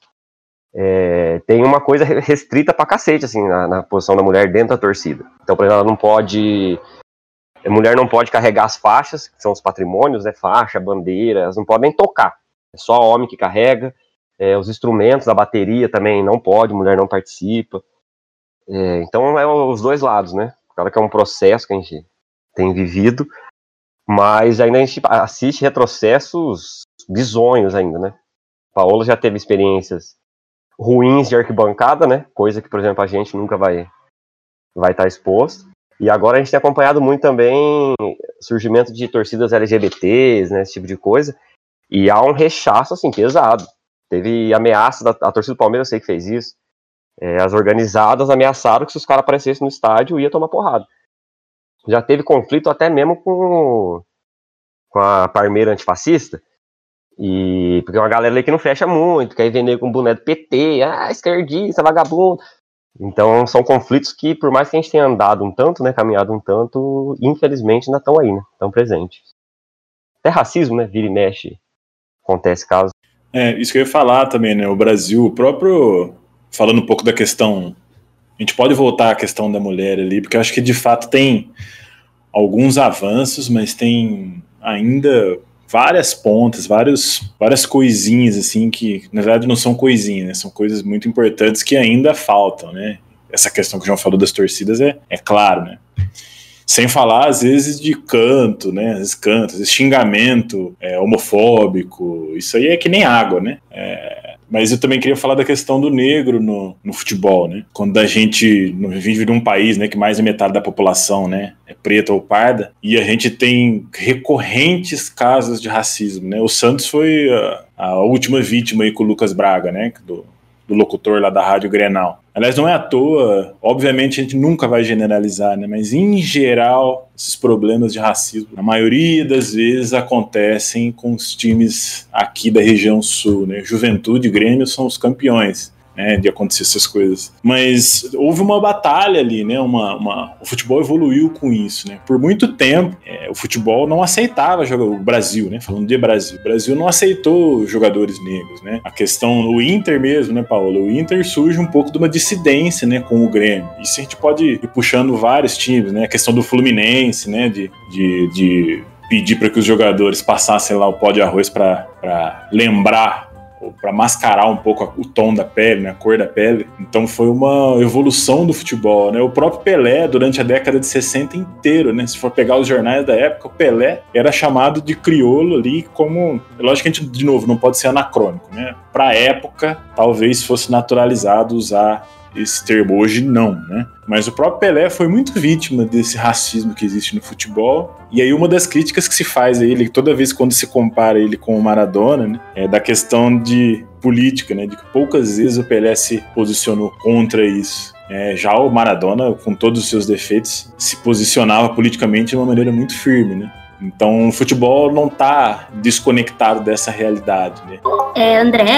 é, tem uma coisa restrita pra cacete, assim, na, na posição da mulher dentro da torcida. Então, por exemplo, ela não pode... A mulher não pode carregar as faixas, que são os patrimônios, né? Faixa, bandeira, elas não podem nem tocar. É só homem que carrega. É, os instrumentos, a bateria também não pode, mulher não participa. É, então, é os dois lados, né? Claro que é um processo que a gente tem vivido, mas ainda a gente assiste retrocessos bizonhos ainda, né? A Paola já teve experiências ruins de arquibancada, né? Coisa que, por exemplo, a gente nunca vai vai estar exposto. E agora a gente tem acompanhado muito também surgimento de torcidas L G B Ts, né, esse tipo de coisa, e há um rechaço, assim, pesado. Teve ameaça, da, a torcida do Palmeiras, eu sei que fez isso, é, as organizadas ameaçaram que se os caras aparecessem no estádio, ia tomar porrada. Já teve conflito até mesmo com, com a Parmeira antifascista, e, porque é uma galera ali que não fecha muito, que aí vem com boné do P T, ah, esquerdista, vagabundo. Então, são conflitos que, por mais que a gente tenha andado um tanto, né, caminhado um tanto, infelizmente ainda estão aí, né, estão presentes. Até racismo, né, vira e mexe, acontece caso. É, isso que eu ia falar também, né, o Brasil, o próprio, falando um pouco da questão, a gente pode voltar à questão da mulher ali, porque eu acho que de fato tem alguns avanços, mas tem ainda várias pontas, vários, várias coisinhas, assim, que na verdade não são coisinhas, né? São coisas muito importantes que ainda faltam, né? Essa questão que o João falou das torcidas é, é claro, né? Sem falar, às vezes, de canto, né? Às vezes canto, às vezes xingamento é, homofóbico, isso aí é que nem água, né? É, mas eu também queria falar da questão do negro no, no futebol, né? Quando a gente, a gente vive num país, né, que mais da metade da população, né, é preta ou parda, e a gente tem recorrentes casos de racismo, né? O Santos foi a, a última vítima aí com o Lucas Braga, né? Do, do locutor lá da Rádio Grenal. Aliás, não é à toa, obviamente a gente nunca vai generalizar, né? Mas em geral, esses problemas de racismo, na maioria das vezes, acontecem com os times aqui da região sul, né? Juventude e Grêmio são os campeões, né, de acontecer essas coisas. Mas houve uma batalha ali, né? Uma, uma... O futebol evoluiu com isso, né? Por muito tempo, é, o futebol não aceitava jogar... o Brasil, né? Falando de Brasil, o Brasil não aceitou jogadores negros, né? A questão, o Inter mesmo, né, Paulo? O Inter surge um pouco de uma dissidência, né, com o Grêmio. Isso a gente pode ir puxando vários times, né? A questão do Fluminense, né? De, de, de pedir para que os jogadores passassem lá o pó de arroz para lembrar, para mascarar um pouco o tom da pele, né, a cor da pele. Então foi uma evolução do futebol, né? O próprio Pelé, durante a década de sessenta inteiro, né, se for pegar os jornais da época, o Pelé era chamado de crioulo ali como... Lógico que a gente, de novo, não pode ser anacrônico, né? Para a época, talvez fosse naturalizado usar esse termo, hoje não, né? Mas o próprio Pelé foi muito vítima desse racismo que existe no futebol. E aí uma das críticas que se faz a ele, toda vez quando se compara ele com o Maradona, né, é da questão de política, né, de que poucas vezes o Pelé se posicionou contra isso. É, já o Maradona, com todos os seus defeitos, se posicionava politicamente de uma maneira muito firme, né? Então o futebol não está desconectado dessa realidade, né? É, André,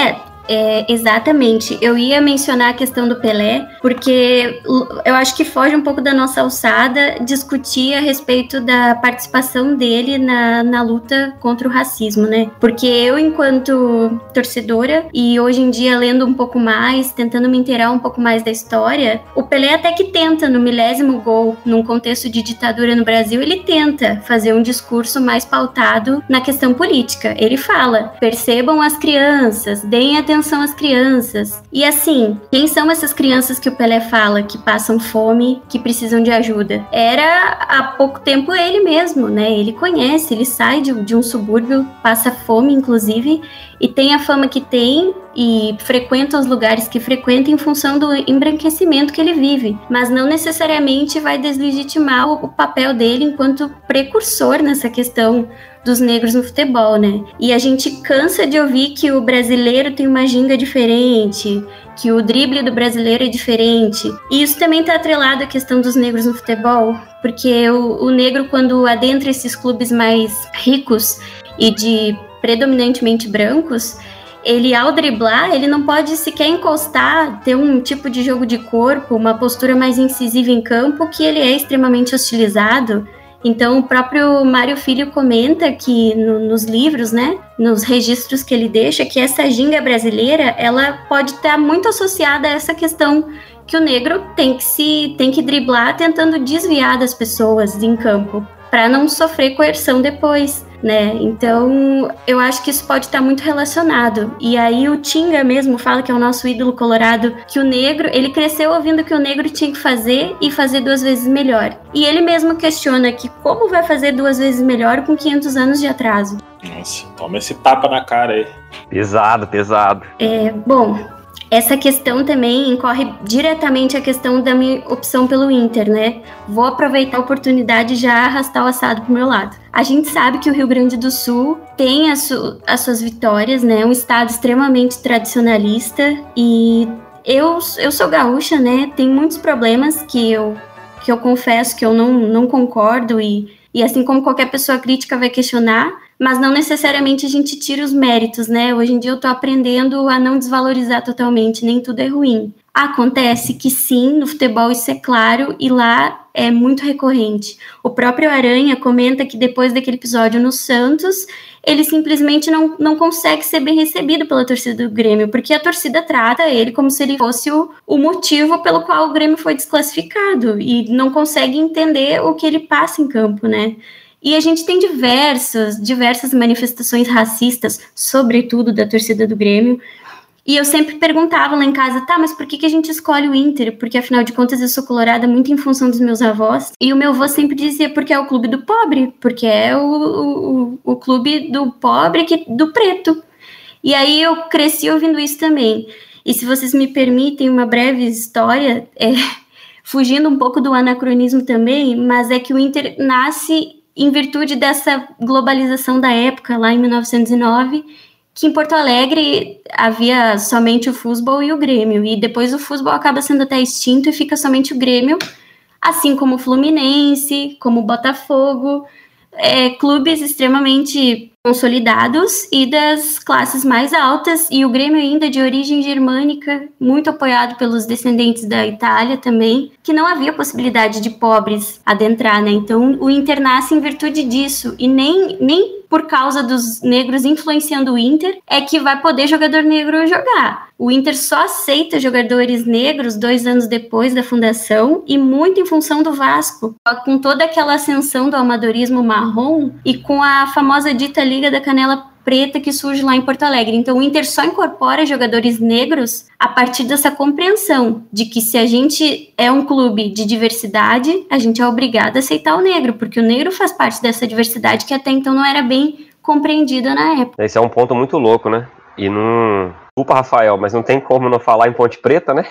É, exatamente. Eu ia mencionar a questão do Pelé, porque eu acho que foge um pouco da nossa alçada discutir a respeito da participação dele na, na luta contra o racismo, né? Porque eu, enquanto torcedora, e hoje em dia lendo um pouco mais, tentando me inteirar um pouco mais da história, o Pelé até que tenta, no milésimo gol, num contexto de ditadura no Brasil, ele tenta fazer um discurso mais pautado na questão política. Ele fala, percebam as crianças, deem atenção às crianças. E assim, quem são essas crianças que o Pelé fala que passam fome, que precisam de ajuda? Era há pouco tempo ele mesmo, né? Ele conhece, ele sai de, de um subúrbio, passa fome, inclusive, e tem a fama que tem e frequenta os lugares que frequenta em função do embranquecimento que ele vive, mas não necessariamente vai deslegitimar o, o papel dele enquanto precursor nessa questão dos negros no futebol, né? E a gente cansa de ouvir que o brasileiro tem uma ginga diferente, que o drible do brasileiro é diferente. E isso também está atrelado à questão dos negros no futebol, porque o, o negro, quando adentra esses clubes mais ricos e de predominantemente brancos, ele, ao driblar, ele não pode sequer encostar, ter um tipo de jogo de corpo, uma postura mais incisiva em campo, que ele é extremamente hostilizado. Então, o próprio Mário Filho comenta que no, nos livros, né, nos registros que ele deixa, que essa ginga brasileira, ela pode estar muito associada a essa questão que o negro tem que se tem que driblar tentando desviar das pessoas em campo, para não sofrer coerção depois, né? Então, eu acho que isso pode estar muito relacionado. E aí o Tinga mesmo fala, que é o nosso ídolo colorado, que o negro, ele cresceu ouvindo que o negro tinha que fazer e fazer duas vezes melhor. E ele mesmo questiona que como vai fazer duas vezes melhor com quinhentos anos de atraso. Nossa, toma esse tapa na cara aí. Pesado, pesado. É, bom... Essa questão também incorre diretamente a questão da minha opção pelo Inter, né? Vou aproveitar a oportunidade e já arrastar o assado pro meu lado. A gente sabe que o Rio Grande do Sul tem as, su- as suas vitórias, né? Um estado extremamente tradicionalista e eu, eu sou gaúcha, né? Tem muitos problemas que eu, que eu confesso que eu não, não concordo e, e assim como qualquer pessoa crítica vai questionar, mas não necessariamente a gente tira os méritos, né? Hoje em dia eu tô aprendendo a não desvalorizar totalmente, nem tudo é ruim. Acontece que sim, no futebol isso é claro, e lá é muito recorrente. O próprio Aranha comenta que depois daquele episódio no Santos, ele simplesmente não, não consegue ser bem recebido pela torcida do Grêmio, porque a torcida trata ele como se ele fosse o, o motivo pelo qual o Grêmio foi desclassificado, e não consegue entender o que ele passa em campo, né? E a gente tem diversas, diversas manifestações racistas, sobretudo da torcida do Grêmio. E eu sempre perguntava lá em casa, tá, mas por que, que a gente escolhe o Inter? Porque, afinal de contas, eu sou colorada muito em função dos meus avós. E o meu avô sempre dizia, porque é o clube do pobre, porque é o, o, o clube do pobre, que, do preto. E aí eu cresci ouvindo isso também. E se vocês me permitem uma breve história, é, fugindo um pouco do anacronismo também, mas é que o Inter nasce em virtude dessa globalização da época, lá em mil novecentos e nove, que em Porto Alegre havia somente o futebol e o Grêmio, e depois o futebol acaba sendo até extinto e fica somente o Grêmio, assim como o Fluminense, como o Botafogo, é, clubes extremamente consolidados e das classes mais altas, e o Grêmio ainda de origem germânica, muito apoiado pelos descendentes da Itália também, que não havia possibilidade de pobres adentrar, né? Então o Inter nasce em virtude disso, e nem, nem por causa dos negros influenciando o Inter é que vai poder jogador negro jogar. O Inter só aceita jogadores negros dois anos depois da fundação, e muito em função do Vasco, com toda aquela ascensão do amadorismo marrom e com a famosa dita Liga da Canela Preta que surge lá em Porto Alegre. Então o Inter só incorpora jogadores negros a partir dessa compreensão de que se a gente é um clube de diversidade, a gente é obrigado a aceitar o negro, porque o negro faz parte dessa diversidade que até então não era bem compreendida na época. Esse é um ponto muito louco, né? E não... Desculpa, Rafael, mas não tem como não falar em Ponte Preta, né?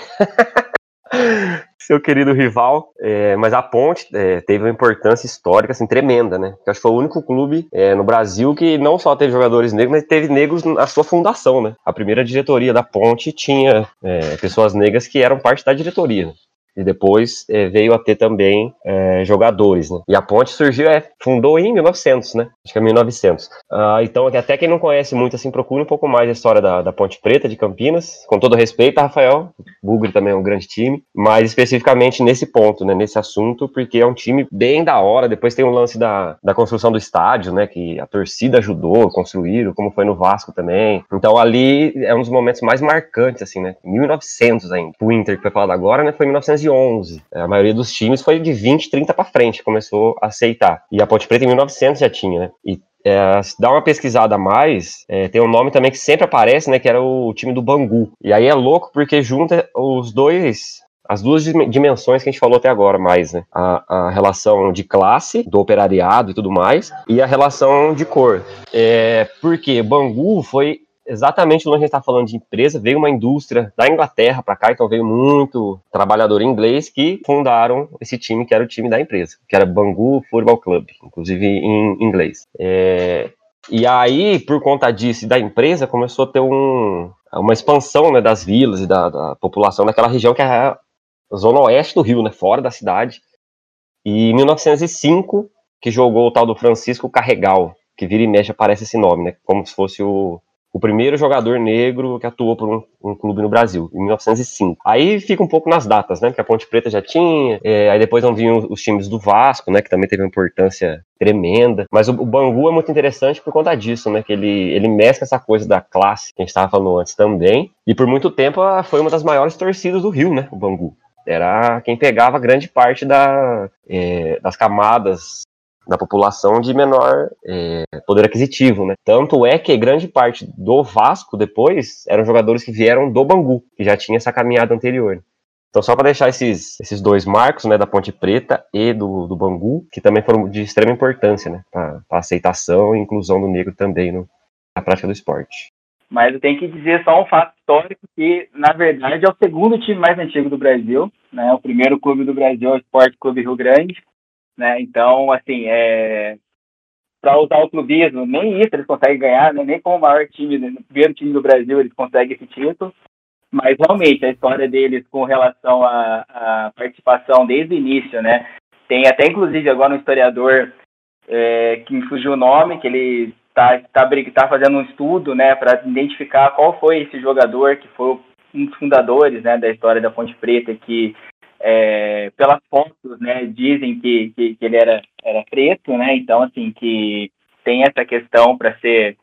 Seu querido rival, é, mas a Ponte é, teve uma importância histórica assim, tremenda, né? Eu acho que foi o único clube é, no Brasil que não só teve jogadores negros, mas teve negros na sua fundação, né? A primeira diretoria da Ponte tinha é, pessoas negras que eram parte da diretoria, né? E depois é, veio a ter também é, jogadores, né? E a Ponte surgiu, é, fundou em mil e novecentos, né? Acho que é mil e novecentos. Ah, então, até quem não conhece muito, assim, procura um pouco mais a história da, da Ponte Preta de Campinas. Com todo respeito, Rafael, Bugre também é um grande time, mas especificamente nesse ponto, né? Nesse assunto, porque é um time bem da hora. Depois tem o lance da, da construção do estádio, né? Que a torcida ajudou a construir, como foi no Vasco também. Então, ali é um dos momentos mais marcantes, assim, né? mil e novecentos ainda. O Inter, que foi falado agora, né? Foi em mil novecentos e onze. A maioria dos times foi de vinte, trinta pra frente, começou a aceitar. E a Ponte Preta em mil e novecentos já tinha, né? E é, se dá uma pesquisada a mais, é, tem um nome também que sempre aparece, né? Que era o time do Bangu. E aí é louco porque junta os dois... As duas dimensões que a gente falou até agora mais, né? A, a relação de classe, do operariado e tudo mais, e a relação de cor. É, porque Bangu foi exatamente onde a gente está falando de empresa, veio uma indústria da Inglaterra para cá, então veio muito trabalhador inglês que fundaram esse time, que era o time da empresa, que era Bangu Football Club, inclusive em inglês. É, e aí, por conta disso e da empresa, começou a ter um, uma expansão, né, das vilas e da, da população daquela região que é a zona oeste do Rio, né, fora da cidade. E em mil novecentos e cinco, que jogou o tal do Francisco Carregal, que vira e mexe aparece esse nome, né, como se fosse o, o primeiro jogador negro que atuou por um, um clube no Brasil, em mil novecentos e cinco. Aí fica um pouco nas datas, né, porque a Ponte Preta já tinha, é, aí depois não vinham os times do Vasco, né, que também teve uma importância tremenda, mas o, o Bangu é muito interessante por conta disso, né, que ele, ele mescla essa coisa da classe, que a gente estava falando antes também, e por muito tempo foi uma das maiores torcidas do Rio, né, o Bangu. Era quem pegava grande parte da, é, das camadas da população de menor é, poder aquisitivo, né? Tanto é que grande parte do Vasco depois eram jogadores que vieram do Bangu, que já tinha essa caminhada anterior. Então só para deixar esses, esses dois marcos, né, da Ponte Preta e do, do Bangu, que também foram de extrema importância, né, para a aceitação e inclusão do negro também no, na prática do esporte. Mas eu tenho que dizer só um fato histórico que, na verdade, é o segundo time mais antigo do Brasil, né? O primeiro clube do Brasil é o Esporte Clube Rio Grande, né? Então, assim, é... para usar o clubismo, nem isso eles conseguem ganhar, né? Nem como o maior time, o primeiro time do Brasil, eles conseguem esse título. Mas, realmente, a história deles com relação à, à participação desde o início, né? Tem até, inclusive, agora um historiador é, que me fugiu o nome, que ele Tá, tá, tá fazendo um estudo, né, para identificar qual foi esse jogador que foi um dos fundadores, né, da história da Ponte Preta, que é, pelas fotos, né, dizem que, que, que ele era, era preto, né, então, assim, que tem essa questão para ser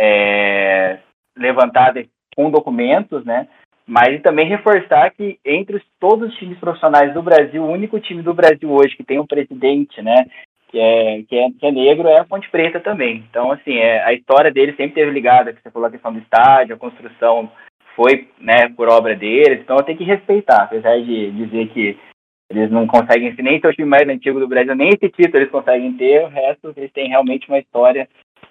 é, levantada com documentos, né, mas também reforçar que entre os, todos os times profissionais do Brasil, o único time do Brasil hoje que tem um presidente, né, Que é, que, é, que é negro, é a Ponte Preta também. Então, assim, é, a história dele sempre esteve ligada, que você falou a questão do estádio, a construção foi, né, por obra deles, então eu tenho que respeitar, apesar de dizer que eles não conseguem, nem ser o time mais antigo do Brasil, nem esse título eles conseguem ter, o resto eles têm realmente uma história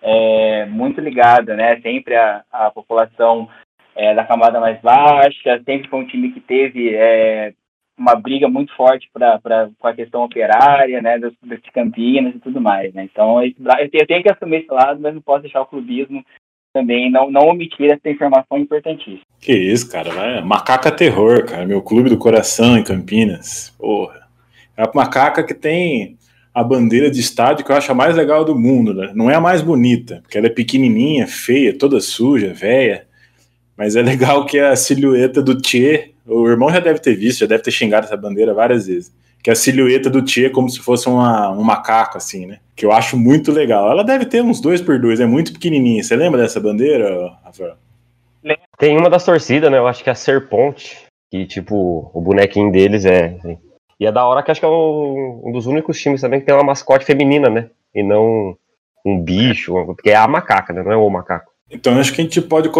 é, muito ligada, né, sempre a, a população é, da camada mais baixa, sempre foi um time que teve... É, uma briga muito forte pra, pra, com a questão operária, né, das, das Campinas e tudo mais, né, então eu tenho, eu tenho que assumir esse lado, mas não posso deixar o clubismo também, não, não omitir essa informação importantíssima. Que isso, cara, vai, Macaca Terror, cara, meu clube do coração em Campinas, porra, é a Macaca que tem a bandeira de estádio que eu acho a mais legal do mundo, né, não é a mais bonita, porque ela é pequenininha, feia, toda suja, velha, mas é legal que é a silhueta do Tchê. O irmão já deve ter visto, já deve ter xingado essa bandeira várias vezes. Que é a silhueta do Tchê como se fosse uma, um macaco, assim, né? Que eu acho muito legal. Ela deve ter uns dois por dois, é muito pequenininha. Você lembra dessa bandeira, Rafael? Tem uma das torcidas, né? Eu acho que é a Serponte, que, tipo, o bonequinho deles é... Assim. E é da hora que acho que é um, um dos únicos times também que tem uma mascote feminina, né? E não um bicho, porque é a macaca, né? Não é o macaco. Então, acho que a gente pode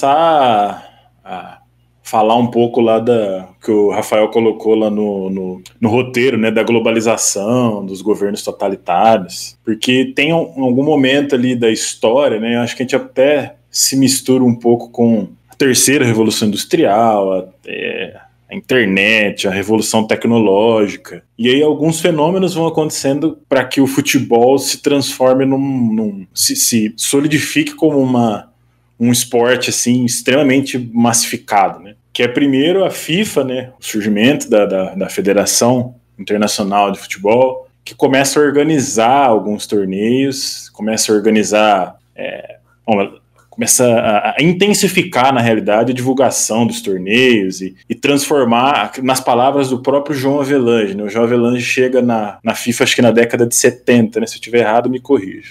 começar a falar um pouco lá da que o Rafael colocou lá no, no, no roteiro, né, da globalização, dos governos totalitários, porque tem um, algum momento ali da história, né, acho que a gente até se mistura um pouco com a terceira revolução industrial, a, é, a internet, a revolução tecnológica, e aí alguns fenômenos vão acontecendo para que o futebol se transforme num, num se, se solidifique como uma, um esporte assim extremamente massificado, né? que é primeiro a FIFA, né, o surgimento da, da, da Federação Internacional de Futebol, que começa a organizar alguns torneios, começa a organizar, é, bom, começa a, a intensificar, na realidade, a divulgação dos torneios e, e transformar, nas palavras do próprio João Avelange, né? O João Avelange chega na, na FIFA, acho que na década de setenta, né? Se eu estiver errado, me corrija.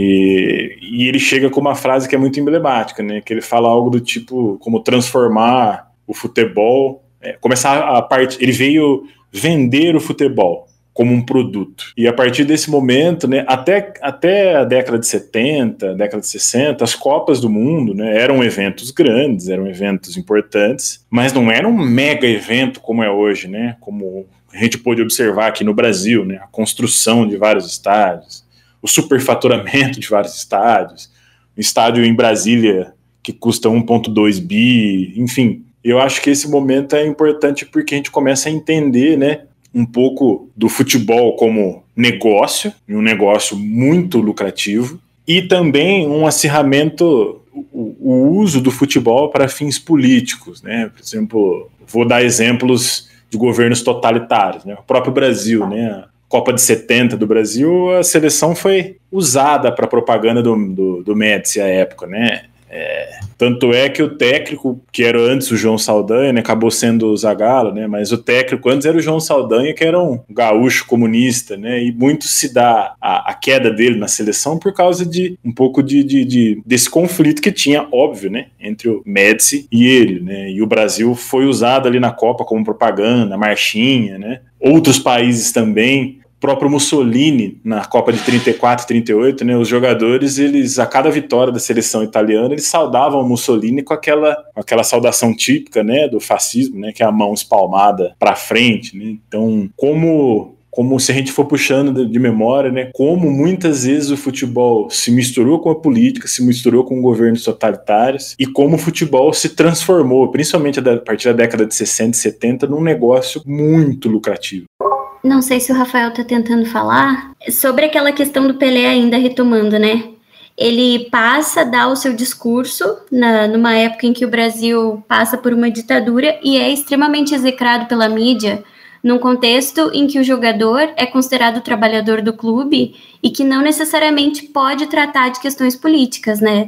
Que, e ele chega com uma frase que é muito emblemática, né? Que ele fala algo do tipo, como transformar o futebol, é, começar a parte, ele veio vender o futebol como um produto. E a partir desse momento, né, até, até a década de setenta, década de sessenta, as Copas do Mundo, né, eram eventos grandes, eram eventos importantes, mas não era um mega evento como é hoje, né, como a gente pôde observar aqui no Brasil, né, a construção de vários estádios, o superfaturamento de vários estádios, um estádio em Brasília que custa um vírgula dois bi, enfim. Eu acho que esse momento é importante porque a gente começa a entender, né, um pouco do futebol como negócio, um negócio muito lucrativo, e também um acirramento, o, o uso do futebol para fins políticos, né? Por exemplo, vou dar exemplos de governos totalitários, né? O próprio Brasil, né? A Copa de setenta do Brasil, a seleção foi usada para propaganda do, do, do Médici à época, né? É, tanto é que o técnico, que era antes o João Saldanha, né, acabou sendo o Zagallo, né, mas o técnico antes era o João Saldanha, que era um gaúcho comunista, né, e muito se dá a, a queda dele na seleção por causa de um pouco de, de, de, desse conflito que tinha, óbvio, né, entre o Médici e ele, né, e o Brasil foi usado ali na Copa como propaganda, marchinha, né, outros países também. Próprio Mussolini, na Copa de trinta e quatro, trinta e oito, né, os jogadores, eles, a cada vitória da seleção italiana, eles saudavam o Mussolini com aquela, aquela saudação típica, né, do fascismo, né, que é a mão espalmada para frente, né? Então, como, como se a gente for puxando de, de memória, né, como muitas vezes o futebol se misturou com a política, se misturou com governos totalitários, e como o futebol se transformou, principalmente a partir da década de sessenta e setenta, num negócio muito lucrativo. Não sei se o Rafael está tentando falar sobre aquela questão do Pelé ainda retomando, né? Ele passa a dar o seu discurso na, numa época em que o Brasil passa por uma ditadura e é extremamente execrado pela mídia, num contexto em que o jogador é considerado trabalhador do clube e que não necessariamente pode tratar de questões políticas, né?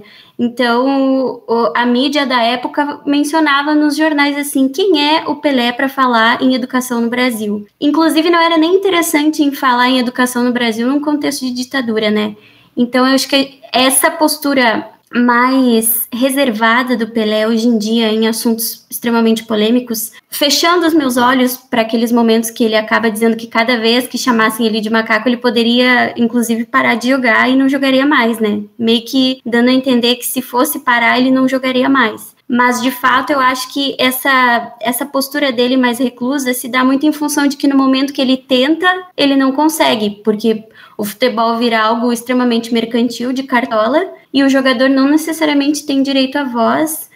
Então, a mídia da época mencionava nos jornais assim, quem é o Pelé para falar em educação no Brasil? Inclusive, não era nem interessante em falar em educação no Brasil num contexto de ditadura, né? Então, eu acho que essa postura mais reservada do Pelé hoje em dia em assuntos extremamente polêmicos, fechando os meus olhos para aqueles momentos que ele acaba dizendo que cada vez que chamassem ele de macaco, ele poderia, inclusive, parar de jogar e não jogaria mais, né? Meio que dando a entender que se fosse parar, ele não jogaria mais. Mas, de fato, eu acho que essa, essa postura dele mais reclusa se dá muito em função de que no momento que ele tenta, ele não consegue, porque o futebol vira algo extremamente mercantil, de cartola, e o jogador não necessariamente tem direito à voz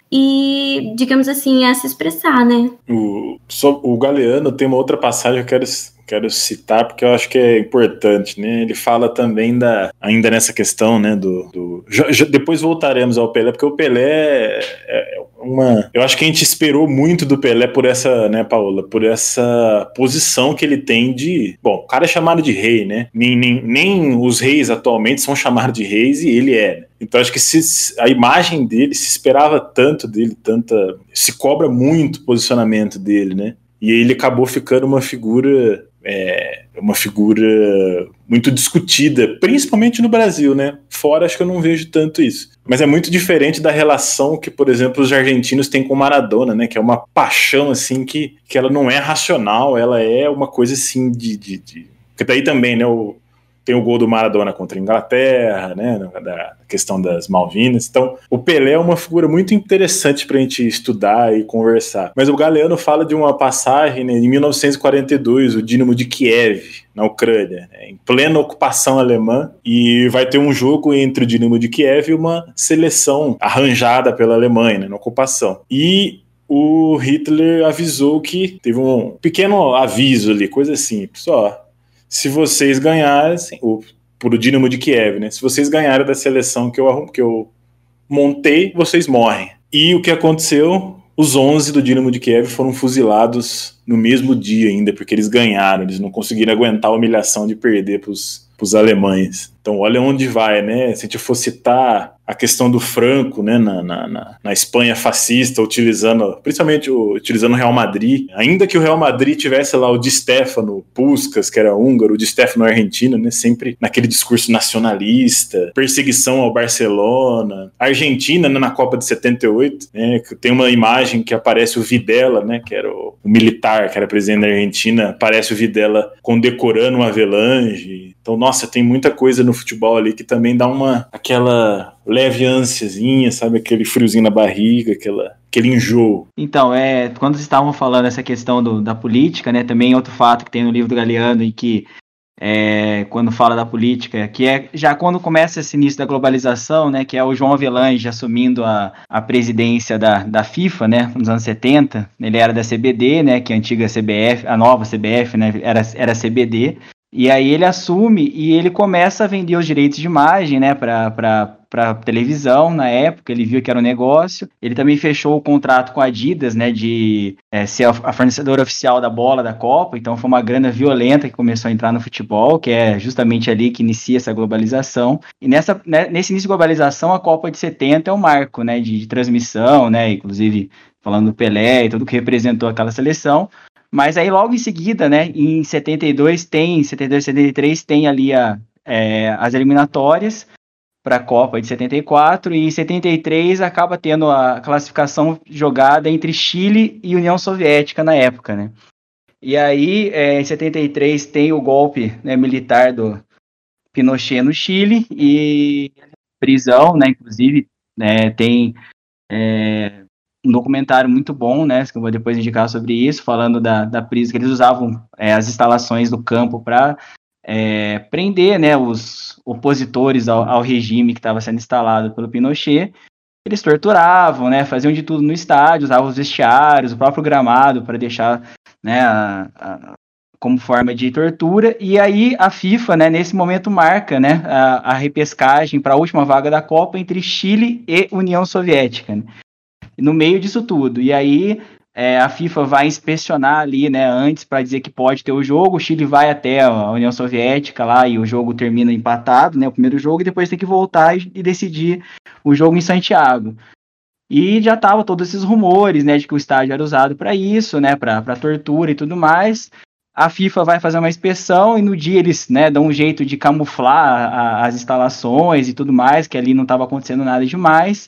e, digamos assim, a se expressar, né? O, o Galeano tem uma outra passagem que eu quero, quero citar, porque eu acho que é importante, né? Ele fala também da, ainda nessa questão, né, do... do já, já, depois voltaremos ao Pelé, porque o Pelé é uma... Eu acho que a gente esperou muito do Pelé por essa, né, Paola, por essa posição que ele tem de... Bom, o cara é chamado de rei, né? Nem, nem, nem os reis atualmente são chamados de reis e ele é. Então acho que se, a imagem dele, se esperava tanto dele, tanta... Se cobra muito o posicionamento dele, né? E ele acabou ficando uma figura... É uma figura muito discutida, principalmente no Brasil, né? Fora acho que eu não vejo tanto isso. Mas é muito diferente da relação que, por exemplo, os argentinos têm com Maradona, né? Que é uma paixão, assim, que, que ela não é racional, ela é uma coisa, assim, de... de, de... Porque daí também, né? O, tem o gol do Maradona contra a Inglaterra, né? Da questão das Malvinas. Então, o Pelé é uma figura muito interessante para a gente estudar e conversar. Mas o Galeano fala de uma passagem, né, em mil novecentos e quarenta e dois, o Dínamo de Kiev, na Ucrânia, né, em plena ocupação alemã, e vai ter um jogo entre o Dínamo de Kiev e uma seleção arranjada pela Alemanha, né, na ocupação. E o Hitler avisou que teve um pequeno aviso ali, coisa simples, ó, se vocês ganhassem, o por o Dínamo de Kiev, né? Se vocês ganharem da seleção que eu, que eu montei, vocês morrem. E o que aconteceu? os onze do Dinamo de Kiev foram fuzilados no mesmo dia ainda, porque eles ganharam, eles não conseguiram aguentar a humilhação de perder para os alemães. Então olha onde vai, né? Se a gente for citar a questão do Franco, né, na, na, na, na Espanha fascista, utilizando, principalmente o, utilizando o Real Madrid, ainda que o Real Madrid tivesse lá o Di Stefano, Puskás, que era húngaro, o Di Stefano argentino, né, sempre naquele discurso nacionalista, perseguição ao Barcelona, a Argentina, né, na Copa de setenta e oito, né, que tem uma imagem que aparece o Videla, né, que era o, o militar, que era presidente da Argentina, aparece o Videla condecorando o Avelange. Então, nossa, tem muita coisa no futebol ali que também dá uma, aquela leve ânsiazinha, sabe? Aquele friozinho na barriga, aquela, aquele enjoo. Então, é, quando vocês estavam falando essa questão do, da política, né? Também outro fato que tem no livro do Galeano e que, é, quando fala da política, que é já quando começa esse início da globalização, né? Que é o João Avelange assumindo a, a presidência da, da FIFA, né? Nos anos setenta. Ele era da C B D, né? Que é a antiga C B F, a nova C B F, né? Era, era C B D. E aí ele assume e ele começa a vender os direitos de imagem, né, para para televisão na época. Ele viu que era um negócio. Ele também fechou o contrato com a Adidas, né, de é, ser a, a fornecedora oficial da bola da Copa. Então foi uma grana violenta que começou a entrar no futebol, que é justamente ali que inicia essa globalização. E nessa, né, nesse início de globalização, a Copa de setenta é um marco, né, de, de transmissão, né, inclusive falando do Pelé e tudo que representou aquela seleção. Mas aí logo em seguida, né, em setenta e dois tem, setenta e dois, setenta e três tem ali a, é, as eliminatórias para a Copa de setenta e quatro, e em setenta e três acaba tendo a classificação jogada entre Chile e União Soviética na época, né. E aí, é, em setenta e três tem o golpe, né, militar do Pinochet no Chile, e prisão, né, inclusive, né, tem... É, um documentário muito bom, né, que eu vou depois indicar sobre isso, falando da, da prisão, que eles usavam é, as instalações do campo para é, prender, né, os opositores ao, ao regime que estava sendo instalado pelo Pinochet. Eles torturavam, né, faziam de tudo no estádio, usavam os vestiários, o próprio gramado para deixar, né, a, a, como forma de tortura. E aí a FIFA, né, nesse momento marca, né, a, a repescagem para a última vaga da Copa entre Chile e União Soviética, né, no meio disso tudo. E aí é, a FIFA vai inspecionar ali, né, antes para dizer que pode ter o jogo. O Chile vai até a União Soviética lá e o jogo termina empatado, né, o primeiro jogo, e depois tem que voltar e, e decidir o jogo em Santiago. E já estavam todos esses rumores, né, de que o estádio era usado para isso, né, para tortura e tudo mais. A FIFA vai fazer uma inspeção e no dia eles, né, dão um jeito de camuflar a, as instalações e tudo mais, que ali não estava acontecendo nada demais.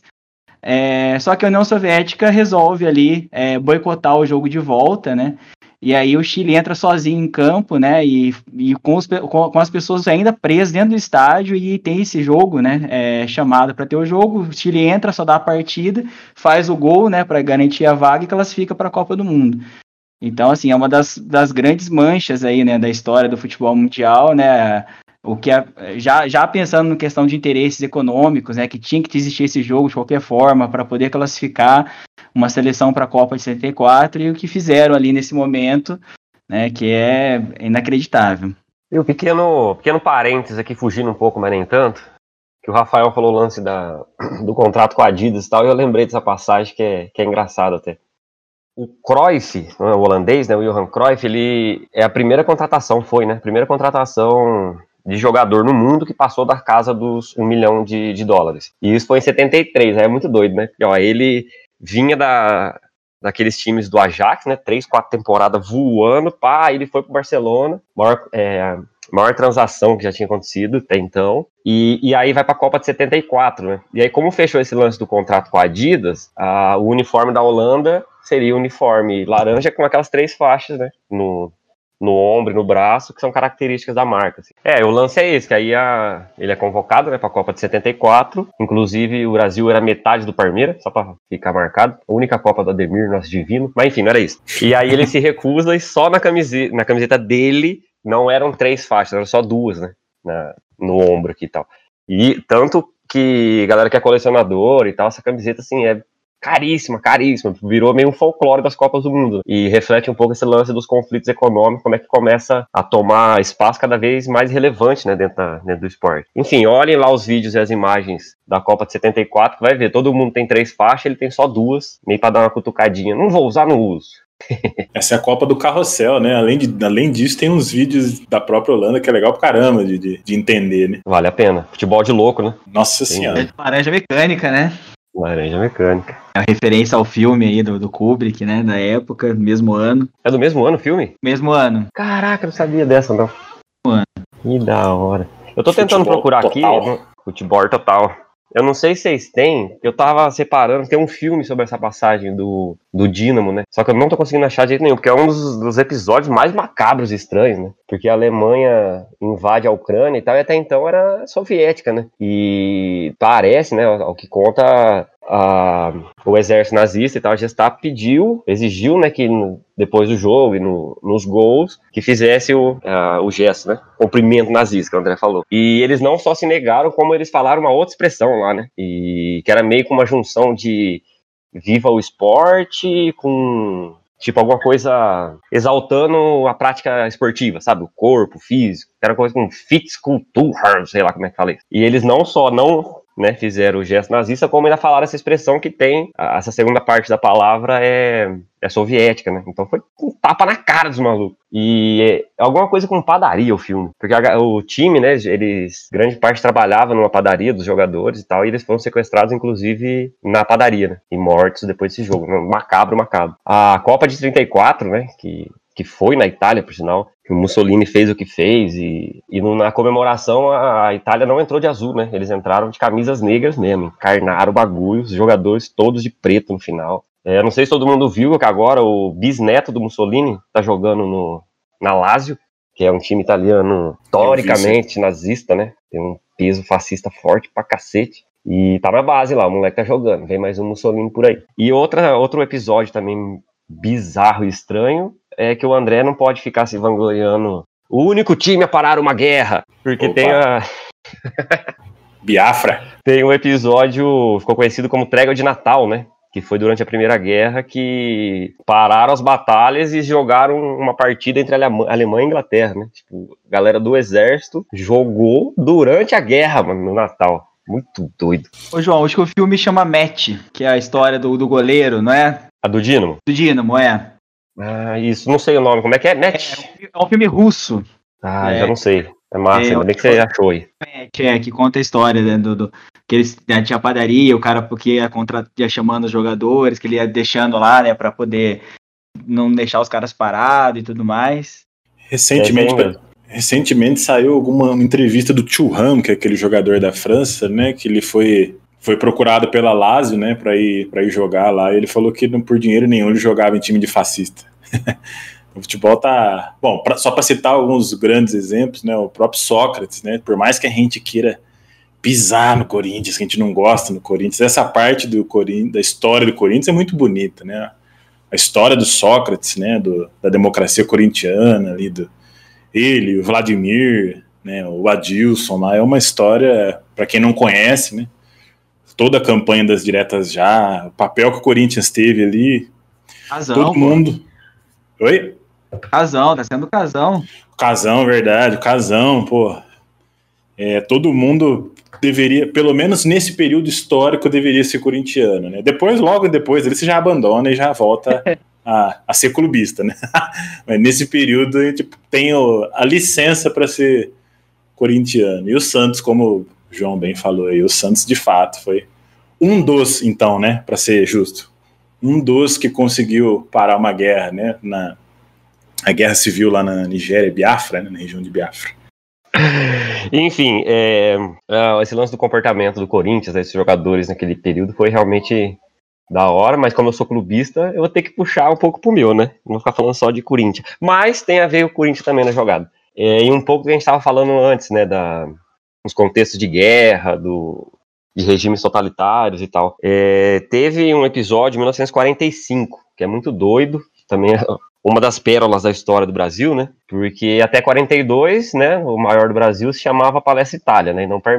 É, só que a União Soviética resolve ali é, boicotar o jogo de volta, né? E aí o Chile entra sozinho em campo, né? E, e com, os, com, com as pessoas ainda presas dentro do estádio, e tem esse jogo, né? É, chamado para ter o jogo. O Chile entra, só dá a partida, faz o gol, né? Para garantir a vaga e classifica para a Copa do Mundo. Então, assim, é uma das, das grandes manchas aí, né? Da história do futebol mundial, né? O que é, já, já pensando na questão de interesses econômicos, né, que tinha que existir esse jogo de qualquer forma para poder classificar uma seleção para a Copa de setenta e quatro, e o que fizeram ali nesse momento, né, que é inacreditável. E o pequeno, pequeno parênteses aqui, fugindo um pouco, mas nem tanto, que o Rafael falou o lance da, do contrato com a Adidas e tal, e eu lembrei dessa passagem que é, que é engraçado até. O Cruyff, o holandês, né, o Johan Cruyff, ele é a primeira contratação, foi, né, primeira contratação de jogador no mundo que passou da casa dos um milhão de, de dólares. E isso foi em setenta e três, é muito doido, né? Porque, ó, ele vinha da, daqueles times do Ajax, né? Três, quatro temporadas voando, pá, ele foi pro Barcelona, maior, é, maior transação que já tinha acontecido até então, e, e aí vai pra Copa de setenta e quatro, né? E aí, como fechou esse lance do contrato com a Adidas, a, o uniforme da Holanda seria o uniforme laranja com aquelas três faixas, né? No... no ombro e no braço, que são características da marca. Assim. É, o lance é esse, que aí a, ele é convocado, né, para a Copa de setenta e quatro, inclusive o Brasil era metade do Parmeira, só para ficar marcado, a única Copa do Ademir, nosso divino, mas enfim, não era isso. E aí ele se recusa e só na camiseta, na camiseta dele não eram três faixas, eram só duas, né, na, no ombro aqui e tal. E tanto que a galera que é colecionador e tal, essa camiseta, assim, é caríssima, caríssima, virou meio um folclore das Copas do Mundo, e reflete um pouco esse lance dos conflitos econômicos, como é que começa a tomar espaço cada vez mais relevante, né, dentro, da, dentro do esporte. Enfim, olhem lá os vídeos e as imagens da Copa de setenta e quatro, que vai ver, todo mundo tem três faixas, ele tem só duas, meio pra dar uma cutucadinha, não vou usar, não uso. Essa é a Copa do Carrossel, né? Além, de, além disso, tem uns vídeos da própria Holanda que é legal pra caramba de, de, de entender, né? Vale a pena. Futebol de louco, né? Nossa Senhora. Laranja Mecânica, né? Laranja Mecânica. É uma referência ao filme aí do, do Kubrick, né? Da época, mesmo ano. É do mesmo ano o filme? Mesmo ano. Caraca, eu não sabia dessa, não. Ano. Que da hora. Eu tô tentando futebol procurar total. aqui. Futebol total. Eu não sei se vocês têm, eu tava separando, tem um filme sobre essa passagem do, do Dínamo, né? Só que eu não tô conseguindo achar de jeito nenhum, porque é um dos, dos episódios mais macabros e estranhos, né? Porque a Alemanha invade a Ucrânia e tal, e até então era soviética, né? E parece, né, ao que conta a, o exército nazista e tal, a Gestapo pediu, exigiu, né, que no, depois do jogo e no, nos gols, que fizesse o, a, o gesto, né? Cumprimento nazista, que o André falou. E eles não só se negaram, como eles falaram uma outra expressão lá, né? E que era meio que uma junção de viva o esporte com, tipo, alguma coisa exaltando a prática esportiva, sabe? O corpo, o físico. Era coisa com Fitneskultur, sei lá como é que fala isso. E eles não só não... né, fizeram o gesto nazista, como ainda falaram essa expressão que tem, essa segunda parte da palavra é, é soviética, né, então foi um tapa na cara dos malucos, e é alguma coisa com padaria o filme, porque a, o time, né, eles, grande parte trabalhava numa padaria dos jogadores e tal, e eles foram sequestrados, inclusive, na padaria, né, e mortos depois desse jogo, macabro, macabro. A Copa de trinta e quatro, né, que... que foi na Itália, por sinal, que o Mussolini fez o que fez, e, e na comemoração a, a Itália não entrou de azul, né? Eles entraram de camisas negras mesmo, encarnaram o bagulho, os jogadores todos de preto no final. É, não sei se todo mundo viu que agora o bisneto do Mussolini tá jogando no, na Lazio, que é um time italiano historicamente nazista, né? Tem um peso fascista forte pra cacete. E tá na base lá, o moleque tá jogando, vem mais um Mussolini por aí. E outra, outro episódio também bizarro e estranho é que o André não pode ficar se vangloriando o único time a parar uma guerra, porque Opa. tem a... Biafra. Tem um episódio, ficou conhecido como Trégua de Natal, né? Que foi durante a Primeira Guerra, que pararam as batalhas e jogaram uma partida entre a Alemanha e a Inglaterra, né? Tipo, a galera do exército jogou durante a guerra, mano, no Natal. Muito doido. Ô, João, acho que o filme chama Match, que é a história do, do goleiro, não é? A do Dínamo? Do Dínamo, é. Ah, isso, não sei o nome, como é que é? Match? É, é um filme russo. Ah, é. já não sei. É massa, é, ainda bem que você achou aí. Match, é, que conta a história, né, do, do, que eles né, tinha padaria, o cara porque ia, contra, ia chamando os jogadores, que ele ia deixando lá, né, pra poder não deixar os caras parados e tudo mais. Recentemente, é, recentemente saiu alguma entrevista do Thuram, que é aquele jogador da França, né, que ele foi... Foi procurado pela Lazio, né, pra ir, pra ir jogar lá, e ele falou que não, por dinheiro nenhum ele jogava em time de fascista. O futebol tá... Bom, pra, só para citar alguns grandes exemplos, né, o próprio Sócrates, né, por mais que a gente queira pisar no Corinthians, que a gente não gosta no Corinthians, essa parte do Corinthians, da história do Corinthians é muito bonita, né, a história do Sócrates, né, do, da democracia corintiana, ali, do, ele, o Vladimir, né, o Adilson lá, é uma história, para quem não conhece, né, toda a campanha das diretas já, o papel que o Corinthians teve ali, Casão, todo mundo... Pô. Oi? Casão, tá sendo Casão. Casão, verdade, Casão, pô. É, todo mundo deveria, pelo menos nesse período histórico, deveria ser corintiano, né? Depois, logo depois, ele se já abandona e já volta a, a ser clubista, né? Mas nesse período a gente tem o, a licença para ser corintiano. E o Santos, como... João bem falou aí, o Santos de fato foi um dos, então, né, para ser justo, um dos que conseguiu parar uma guerra, né, na a guerra civil lá na Nigéria, Biafra, né, na região de Biafra. Enfim, é, esse lance do comportamento do Corinthians, desses jogadores naquele período, foi realmente da hora, mas como eu sou clubista, eu vou ter que puxar um pouco pro meu, né, não vou ficar falando só de Corinthians, mas tem a ver o Corinthians também na jogada. É, e um pouco que a gente estava falando antes, né, da... nos contextos de guerra, do, de regimes totalitários e tal. É, teve um episódio em mil novecentos e quarenta e cinco, que é muito doido, também é uma das pérolas da história do Brasil, né? Porque até quarenta e dois, né, o maior do Brasil se chamava Palestra Itália, né, e não Parmeira.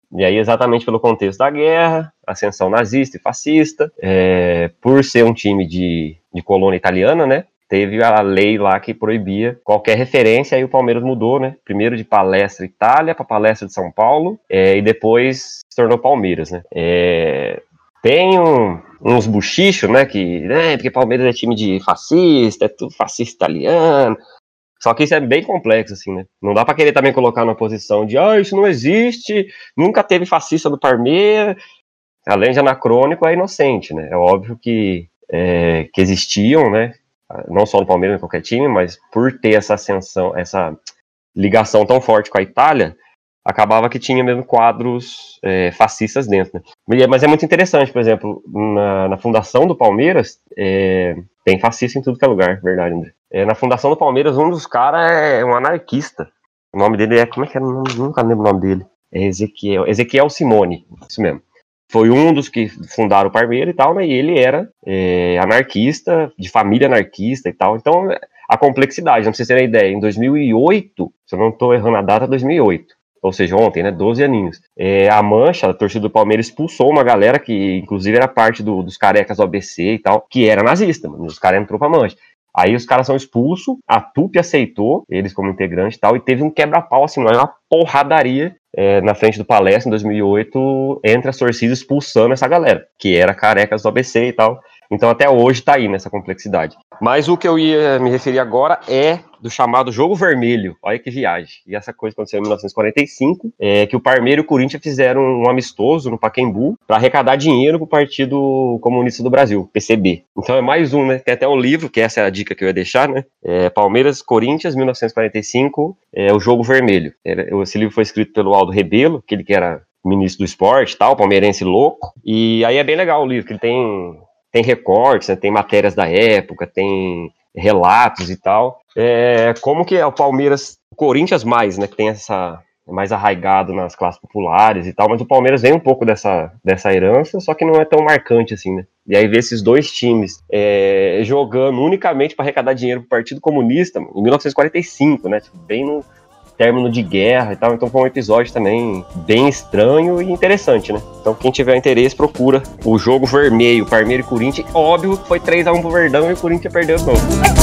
E aí, exatamente pelo contexto da guerra, ascensão nazista e fascista, é, por ser um time de, de colônia italiana, né? Teve a lei lá que proibia qualquer referência, aí o Palmeiras mudou, né? Primeiro de Palestra Itália para Palestra de São Paulo, é, e depois se tornou Palmeiras, né? É, tem um, uns buchichos, né? Que, né, porque Palmeiras é time de fascista, é tudo fascista italiano. Só que isso é bem complexo, assim, né? Não dá pra querer também colocar na posição de, ah, isso não existe, nunca teve fascista do Palmeiras. Além de anacrônico, é inocente, né? É óbvio que, é, que existiam, né? Não só no Palmeiras, em qualquer time, mas por ter essa ascensão, essa ligação tão forte com a Itália, acabava que tinha mesmo quadros é, fascistas dentro, né? Mas é muito interessante, por exemplo, na, na fundação do Palmeiras, é, tem fascista em tudo que é lugar, verdade, André? É, na fundação do Palmeiras, um dos caras é um anarquista. O nome dele é, como é que era? Nunca lembro o nome dele. É Ezequiel, Ezequiel Simone, isso mesmo. Foi um dos que fundaram o Palmeiras e tal, né? E ele era é, anarquista, de família anarquista e tal. Então, a complexidade, não sei se você tem ideia, em dois mil e oito, se eu não estou errando a data, dois mil e oito, ou seja, ontem, né? doze aninhos. É, a Mancha, a torcida do Palmeiras, expulsou uma galera que, inclusive, era parte do, dos carecas do A B C e tal, que era nazista, mano. Os caras entrou pra Mancha. Aí os caras são expulsos, a Tupi aceitou, eles como integrante e tal, e teve um quebra-pau, assim, uma porradaria é, na frente do Palestra, em dois mil e oito, entre as torcidas expulsando essa galera, que era carecas do A B C e tal. Então até hoje tá aí nessa complexidade. Mas o que eu ia me referir agora é do chamado Jogo Vermelho. Olha que viagem. E essa coisa aconteceu em mil novecentos e quarenta e cinco, é, que o Palmeiras e o Corinthians fizeram um amistoso no Pacaembu para arrecadar dinheiro pro Partido Comunista do Brasil, P C B. Então é mais um, né? Tem até um livro, que essa é a dica que eu ia deixar, né? É, Palmeiras, Corinthians, mil novecentos e quarenta e cinco, é, o Jogo Vermelho. Esse livro foi escrito pelo Aldo Rebelo, aquele que era ministro do esporte e tal, palmeirense louco. E aí é bem legal o livro, que ele tem... Tem recortes, né, tem matérias da época, tem relatos e tal. É, como que é o Palmeiras, o Corinthians mais, né, que tem essa, é mais arraigado nas classes populares e tal, mas o Palmeiras vem um pouco dessa, dessa herança, só que não é tão marcante assim, né. E aí ver esses dois times é, jogando unicamente para arrecadar dinheiro pro Partido Comunista, mano, em mil novecentos e quarenta e cinco, né, tipo, bem no término de guerra e tal, então foi um episódio também bem estranho e interessante, né? Então quem tiver interesse, procura o Jogo Vermelho, Palmeiras e Corinthians. Óbvio que foi três a um pro Verdão e o Corinthians perdeu de novo.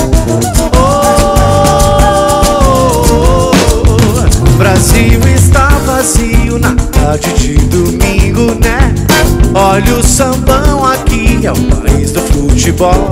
Oh, Brasil está vazio na tarde de domingo, né? Olha o sambão aqui, é o país do futebol.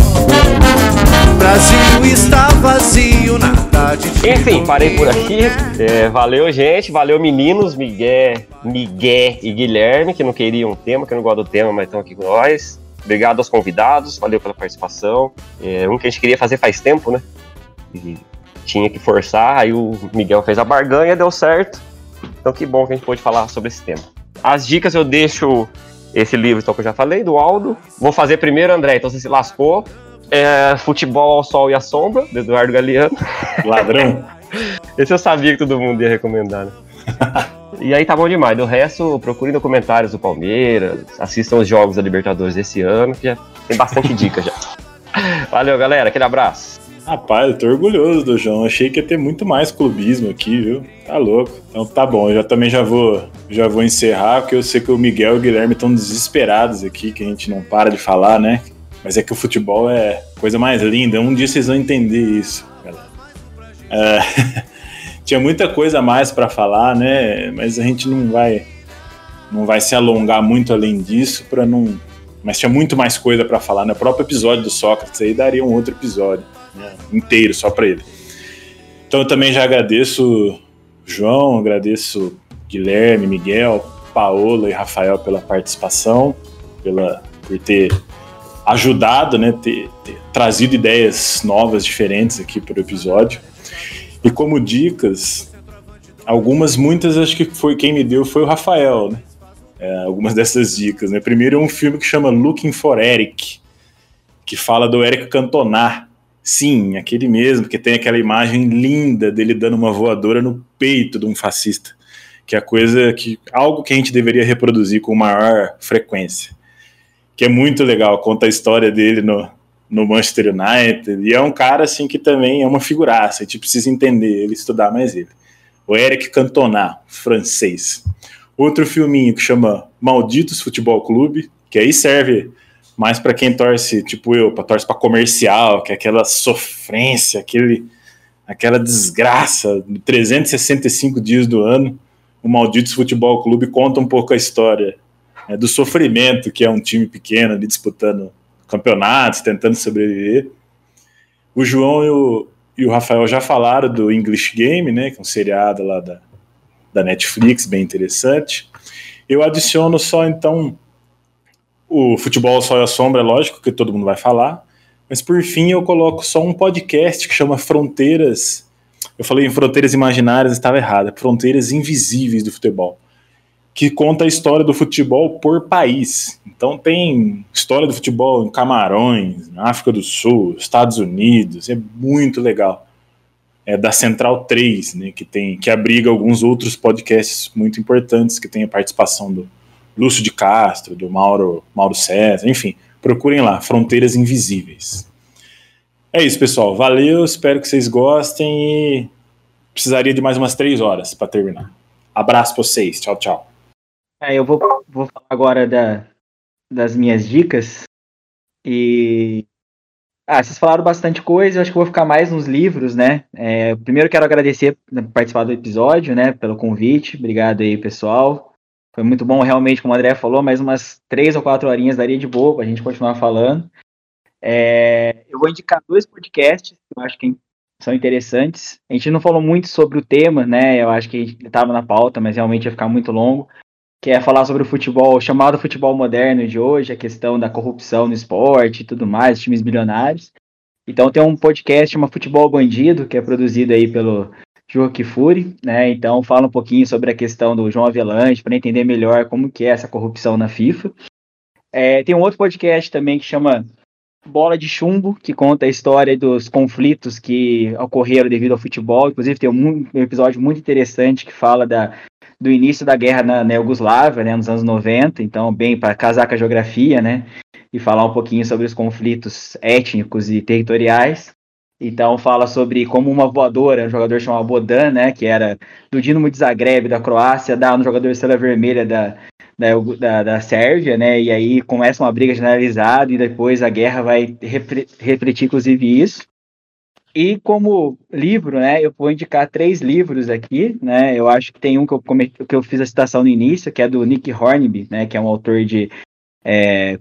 Brasil está vazio na tarde de Enfim, domingo, parei por aqui. É, valeu, gente. Valeu, meninos. Miguel, Miguel e Guilherme, que não queriam o tema, que não gostam do tema, mas estão aqui com nós. Obrigado aos convidados. Valeu pela participação. É um que a gente queria fazer faz tempo, né? E tinha que forçar. Aí o Miguel fez a barganha, deu certo. Então que bom que a gente pôde falar sobre esse tema. As dicas eu deixo esse livro então, que eu já falei, do Aldo. Vou fazer primeiro, André, então você se lascou. É, Futebol ao Sol e à Sombra, do Eduardo Galeano. Ladrão. Esse eu sabia que todo mundo ia recomendar, né? E aí tá bom demais. Do resto, procurem documentários do Palmeiras, assistam os jogos da Libertadores desse ano, que já tem bastante dica já. Valeu, galera. Aquele abraço. Rapaz, eu tô orgulhoso do João. Achei que ia ter muito mais clubismo aqui, viu? Tá louco. Então tá bom, eu já, também já vou, já vou encerrar, porque eu sei que o Miguel e o Guilherme estão desesperados aqui, que a gente não para de falar, né? Mas é que o futebol é a coisa mais linda. Um dia vocês vão entender isso, galera. É, tinha muita coisa a mais para falar, né? Mas a gente não vai, não vai se alongar muito além disso para não. Mas tinha muito mais coisa para falar. No próprio episódio do Sócrates aí daria um outro episódio, né, inteiro só para ele. Então eu também já agradeço João, agradeço Guilherme, Miguel, Paola e Rafael pela participação, pela por ter ajudado, né, ter, ter trazido ideias novas, diferentes aqui para o episódio. E como dicas, algumas, muitas, acho que foi quem me deu foi o Rafael, né? É, algumas dessas dicas, né? Primeiro é um filme que chama Looking for Eric, que fala do Eric Cantona. Sim, aquele mesmo, que tem aquela imagem linda dele dando uma voadora no peito de um fascista, que é coisa que, algo que a gente deveria reproduzir com maior frequência. Que é muito legal, conta a história dele no, no Manchester United, e é um cara assim que também é uma figuraça, a gente precisa entender ele, estudar mais ele. O Eric Cantona, francês. outro filminho que chama Malditos Futebol Clube, que aí serve mais para quem torce, tipo eu, para torce para comercial, que é aquela sofrência, aquele, aquela desgraça, trezentos e sessenta e cinco dias do ano. O Malditos Futebol Clube conta um pouco a história, né, do sofrimento que é um time pequeno ali disputando campeonatos, tentando sobreviver. O João e o, e o Rafael já falaram do English Game, né, que é um seriado lá da, da Netflix, bem interessante. Eu adiciono só, então, o Futebol ao Sol e à Sombra, lógico que todo mundo vai falar, mas por fim eu coloco só um podcast que chama Fronteiras. Eu falei em Fronteiras Imaginárias, estava errado, é Fronteiras Invisíveis do Futebol, que conta a história do futebol por país. Então tem história do futebol em Camarões, na África do Sul, Estados Unidos, é muito legal. É da Central três, né, que, tem, que abriga alguns outros podcasts muito importantes, que tem a participação do Lúcio de Castro, do Mauro, Mauro César, enfim, procurem lá, Fronteiras Invisíveis. É isso, pessoal, valeu, espero que vocês gostem e precisaria de mais umas três horas para terminar. Abraço para vocês, tchau, tchau. É, eu vou, vou falar agora da, das minhas dicas. E. Ah, vocês falaram bastante coisa, eu acho que eu vou ficar mais nos livros, né? É, primeiro quero agradecer por participar do episódio, né? Pelo convite. Obrigado aí, pessoal. Foi muito bom, realmente, como o André falou, mais umas três ou quatro horinhas daria de boa pra gente continuar falando. É, eu vou indicar dois podcasts que eu acho que são interessantes. A gente não falou muito sobre o tema, né? Eu acho que estava na pauta, mas realmente ia ficar muito longo. Que é falar sobre o futebol, chamado futebol moderno de hoje, a questão da corrupção no esporte e tudo mais, times bilionários. Então tem um podcast chamado Futebol Bandido, que é produzido aí pelo João Kifuri, né? Então fala um pouquinho sobre a questão do João Avelange, para entender melhor como que é essa corrupção na FIFA. É, tem um outro podcast também que chama Bola de Chumbo, que conta a história dos conflitos que ocorreram devido ao futebol. Inclusive tem um, um episódio muito interessante que fala da do início da guerra na, na Iugoslávia, né, nos anos noventa, então bem para casar com a geografia, né, e falar um pouquinho sobre os conflitos étnicos e territoriais. Então fala sobre como uma voadora, um jogador chamado Bodan, né, que era do Dinamo de Zagreb, da Croácia, dá no jogador Estrela Vermelha da, da, da, da Sérvia, né, e aí começa uma briga generalizada e depois a guerra vai refletir inclusive isso. E como livro, né, eu vou indicar três livros aqui, né, eu acho que tem um que eu, come, que eu fiz a citação no início, que é do Nick Hornby, né, que é um autor de, é,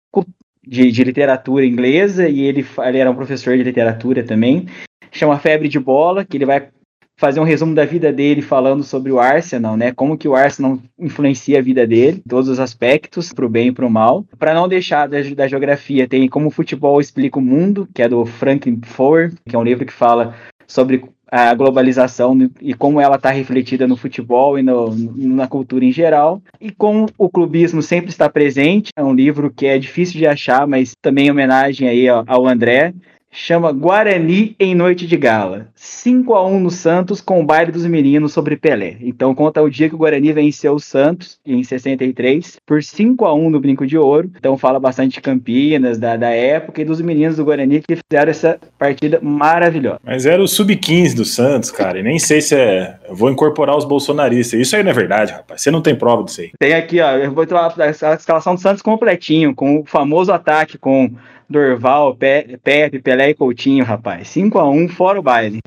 de, de literatura inglesa, e ele, ele era um professor de literatura também, chama Febre de Bola, que ele vai fazer um resumo da vida dele falando sobre o Arsenal, né, como que o Arsenal influencia a vida dele, todos os aspectos, pro bem e pro mal. Para não deixar da, da geografia, tem Como o Futebol Explica o Mundo, que é do Franklin Foer, que é um livro que fala sobre a globalização e como ela está refletida no futebol e no, na cultura em geral. E como o clubismo sempre está presente, é um livro que é difícil de achar, mas também em homenagem aí ao, ao André, chama Guarani em Noite de Gala. cinco a um no Santos com o baile dos meninos sobre Pelé. Então conta o dia que o Guarani venceu o Santos em sessenta e três por cinco a um no Brinco de Ouro. Então fala bastante de Campinas, da, da época e dos meninos do Guarani que fizeram essa partida maravilhosa. Mas era o sub quinze do Santos, cara, e nem sei se é... Eu vou incorporar os bolsonaristas. Isso aí não é verdade, rapaz. Você não tem prova disso aí. Tem aqui, ó, eu vou ter a escalação do Santos completinho, com o famoso ataque com Dorval, Pe- Pepe, Pelé e Coutinho, rapaz. cinco a um, fora o baile.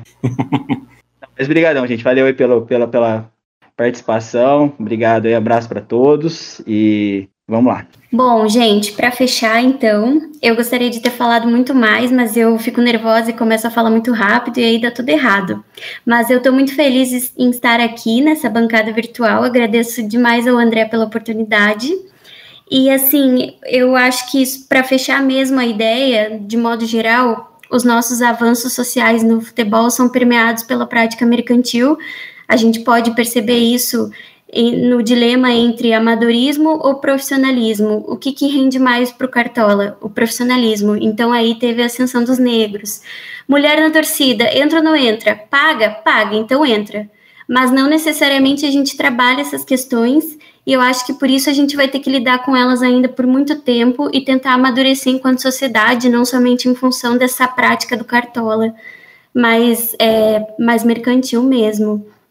Mas brigadão, gente. Valeu aí pelo, pela, pela participação. Obrigado aí, abraço para todos e vamos lá. Bom, gente, para fechar, então, eu gostaria de ter falado muito mais, mas eu fico nervosa e começo a falar muito rápido e aí dá tudo errado. Mas eu estou muito feliz em estar aqui nessa bancada virtual. Agradeço demais ao André pela oportunidade. E, assim, eu acho que para fechar mesmo a ideia, de modo geral, os nossos avanços sociais no futebol são permeados pela prática mercantil. A gente pode perceber isso no dilema entre amadorismo ou profissionalismo. O que, que rende mais para o Cartola? O profissionalismo. Então, aí teve a ascensão dos negros. Mulher na torcida, entra ou não entra? Paga? Paga, então entra. Mas não necessariamente a gente trabalha essas questões, e eu acho que por isso a gente vai ter que lidar com elas ainda por muito tempo e tentar amadurecer enquanto sociedade, não somente em função dessa prática do Cartola, mas é, mais mercantil mesmo.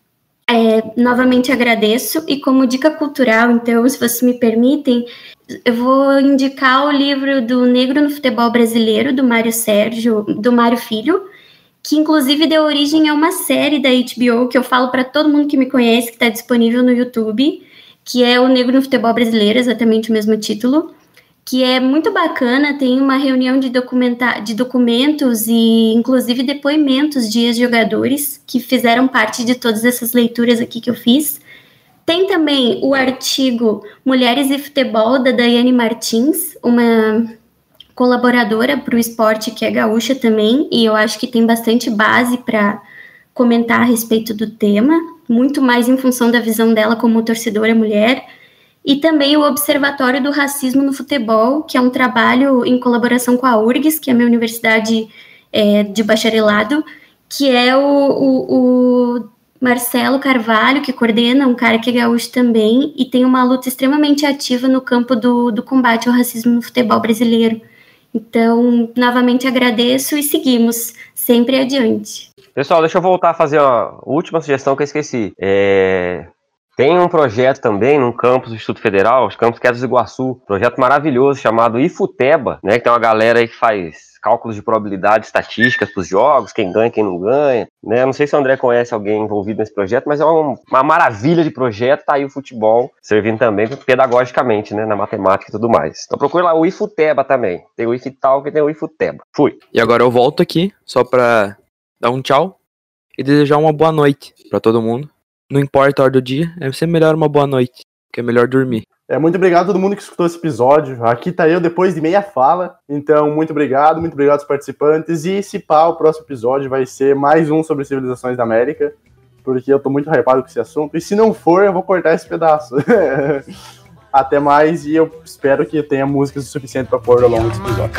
É, novamente agradeço, e como dica cultural, então, se vocês me permitem, eu vou indicar o livro do Negro no Futebol Brasileiro, do Mário Sérgio, do Mário Filho, que inclusive deu origem a uma série da H B O, que eu falo para todo mundo que me conhece, que está disponível no YouTube, que é o Negro no Futebol Brasileiro, exatamente o mesmo título, que é muito bacana, tem uma reunião de, documenta- de documentos e inclusive depoimentos de ex-jogadores que fizeram parte de todas essas leituras aqui que eu fiz. Tem também o artigo Mulheres e Futebol, da Daiane Martins, uma colaboradora para o esporte que é gaúcha também, e eu acho que tem bastante base para comentar a respeito do tema, muito mais em função da visão dela como torcedora mulher. E também o Observatório do Racismo no Futebol, que é um trabalho em colaboração com a U R G S, que é a minha universidade é, de bacharelado, que é o, o, o Marcelo Carvalho, que coordena, um cara que é gaúcho também, e tem uma luta extremamente ativa no campo do, do combate ao racismo no futebol brasileiro. Então, novamente agradeço e seguimos sempre adiante. Pessoal, deixa eu voltar a fazer a última sugestão que eu esqueci. É... Tem um projeto também num campus do Instituto Federal, os campos Quedas do Iguaçu, projeto maravilhoso chamado IFUTEBA, né, que tem uma galera aí que faz cálculos de probabilidade, estatísticas para os jogos, quem ganha, quem não ganha, né? Não sei se o André conhece alguém envolvido nesse projeto, mas é uma, uma maravilha de projeto, tá aí o futebol servindo também pedagogicamente, né, na matemática e tudo mais. Então procure lá o IFUTEBA também, tem o IFTAL e tem o IFUTEBA. Fui. E agora eu volto aqui só para dar um tchau e desejar uma boa noite para todo mundo. Não importa a hora do dia, é sempre melhor uma boa noite, que é melhor dormir. É, muito obrigado a todo mundo que escutou esse episódio. Aqui tá eu depois de meia fala. Então, muito obrigado, muito obrigado aos participantes. E se pá, o próximo episódio vai ser mais um sobre civilizações da América, porque eu tô muito hypado com esse assunto. E se não for, eu vou cortar esse pedaço. Até mais, e eu espero que tenha músicas o suficiente pra pôr ao longo desse episódio.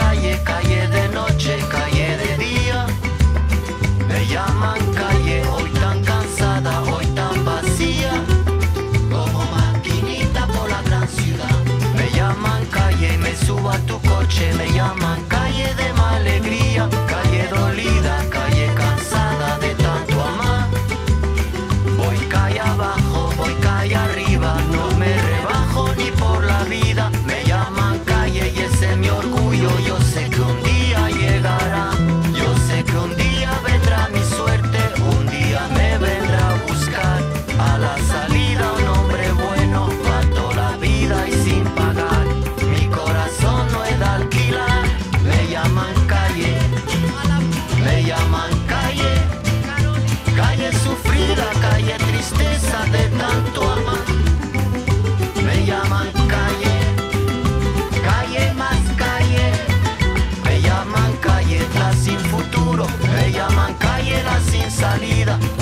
Subo a tu coche, me llaman calle de mala alegría, calle dolida, calle cansada de tanto amar. Voy calle abajo, voy calle arriba, no me rebajo ni por la vida. Me llaman calle y ese es mi orgullo, yo sé que un día llegará. Yo sé que un día vendrá mi suerte, un día me vendrá a buscar. A la salida un hombre bueno, pa' toda la vida y sin pagar. No he de alquilar, me llaman calle, me llaman calle, calle sufrida, calle tristeza de tanto amar. Me llaman calle, calle más calle, me llaman calle la sin futuro, me llaman calle la sin salida.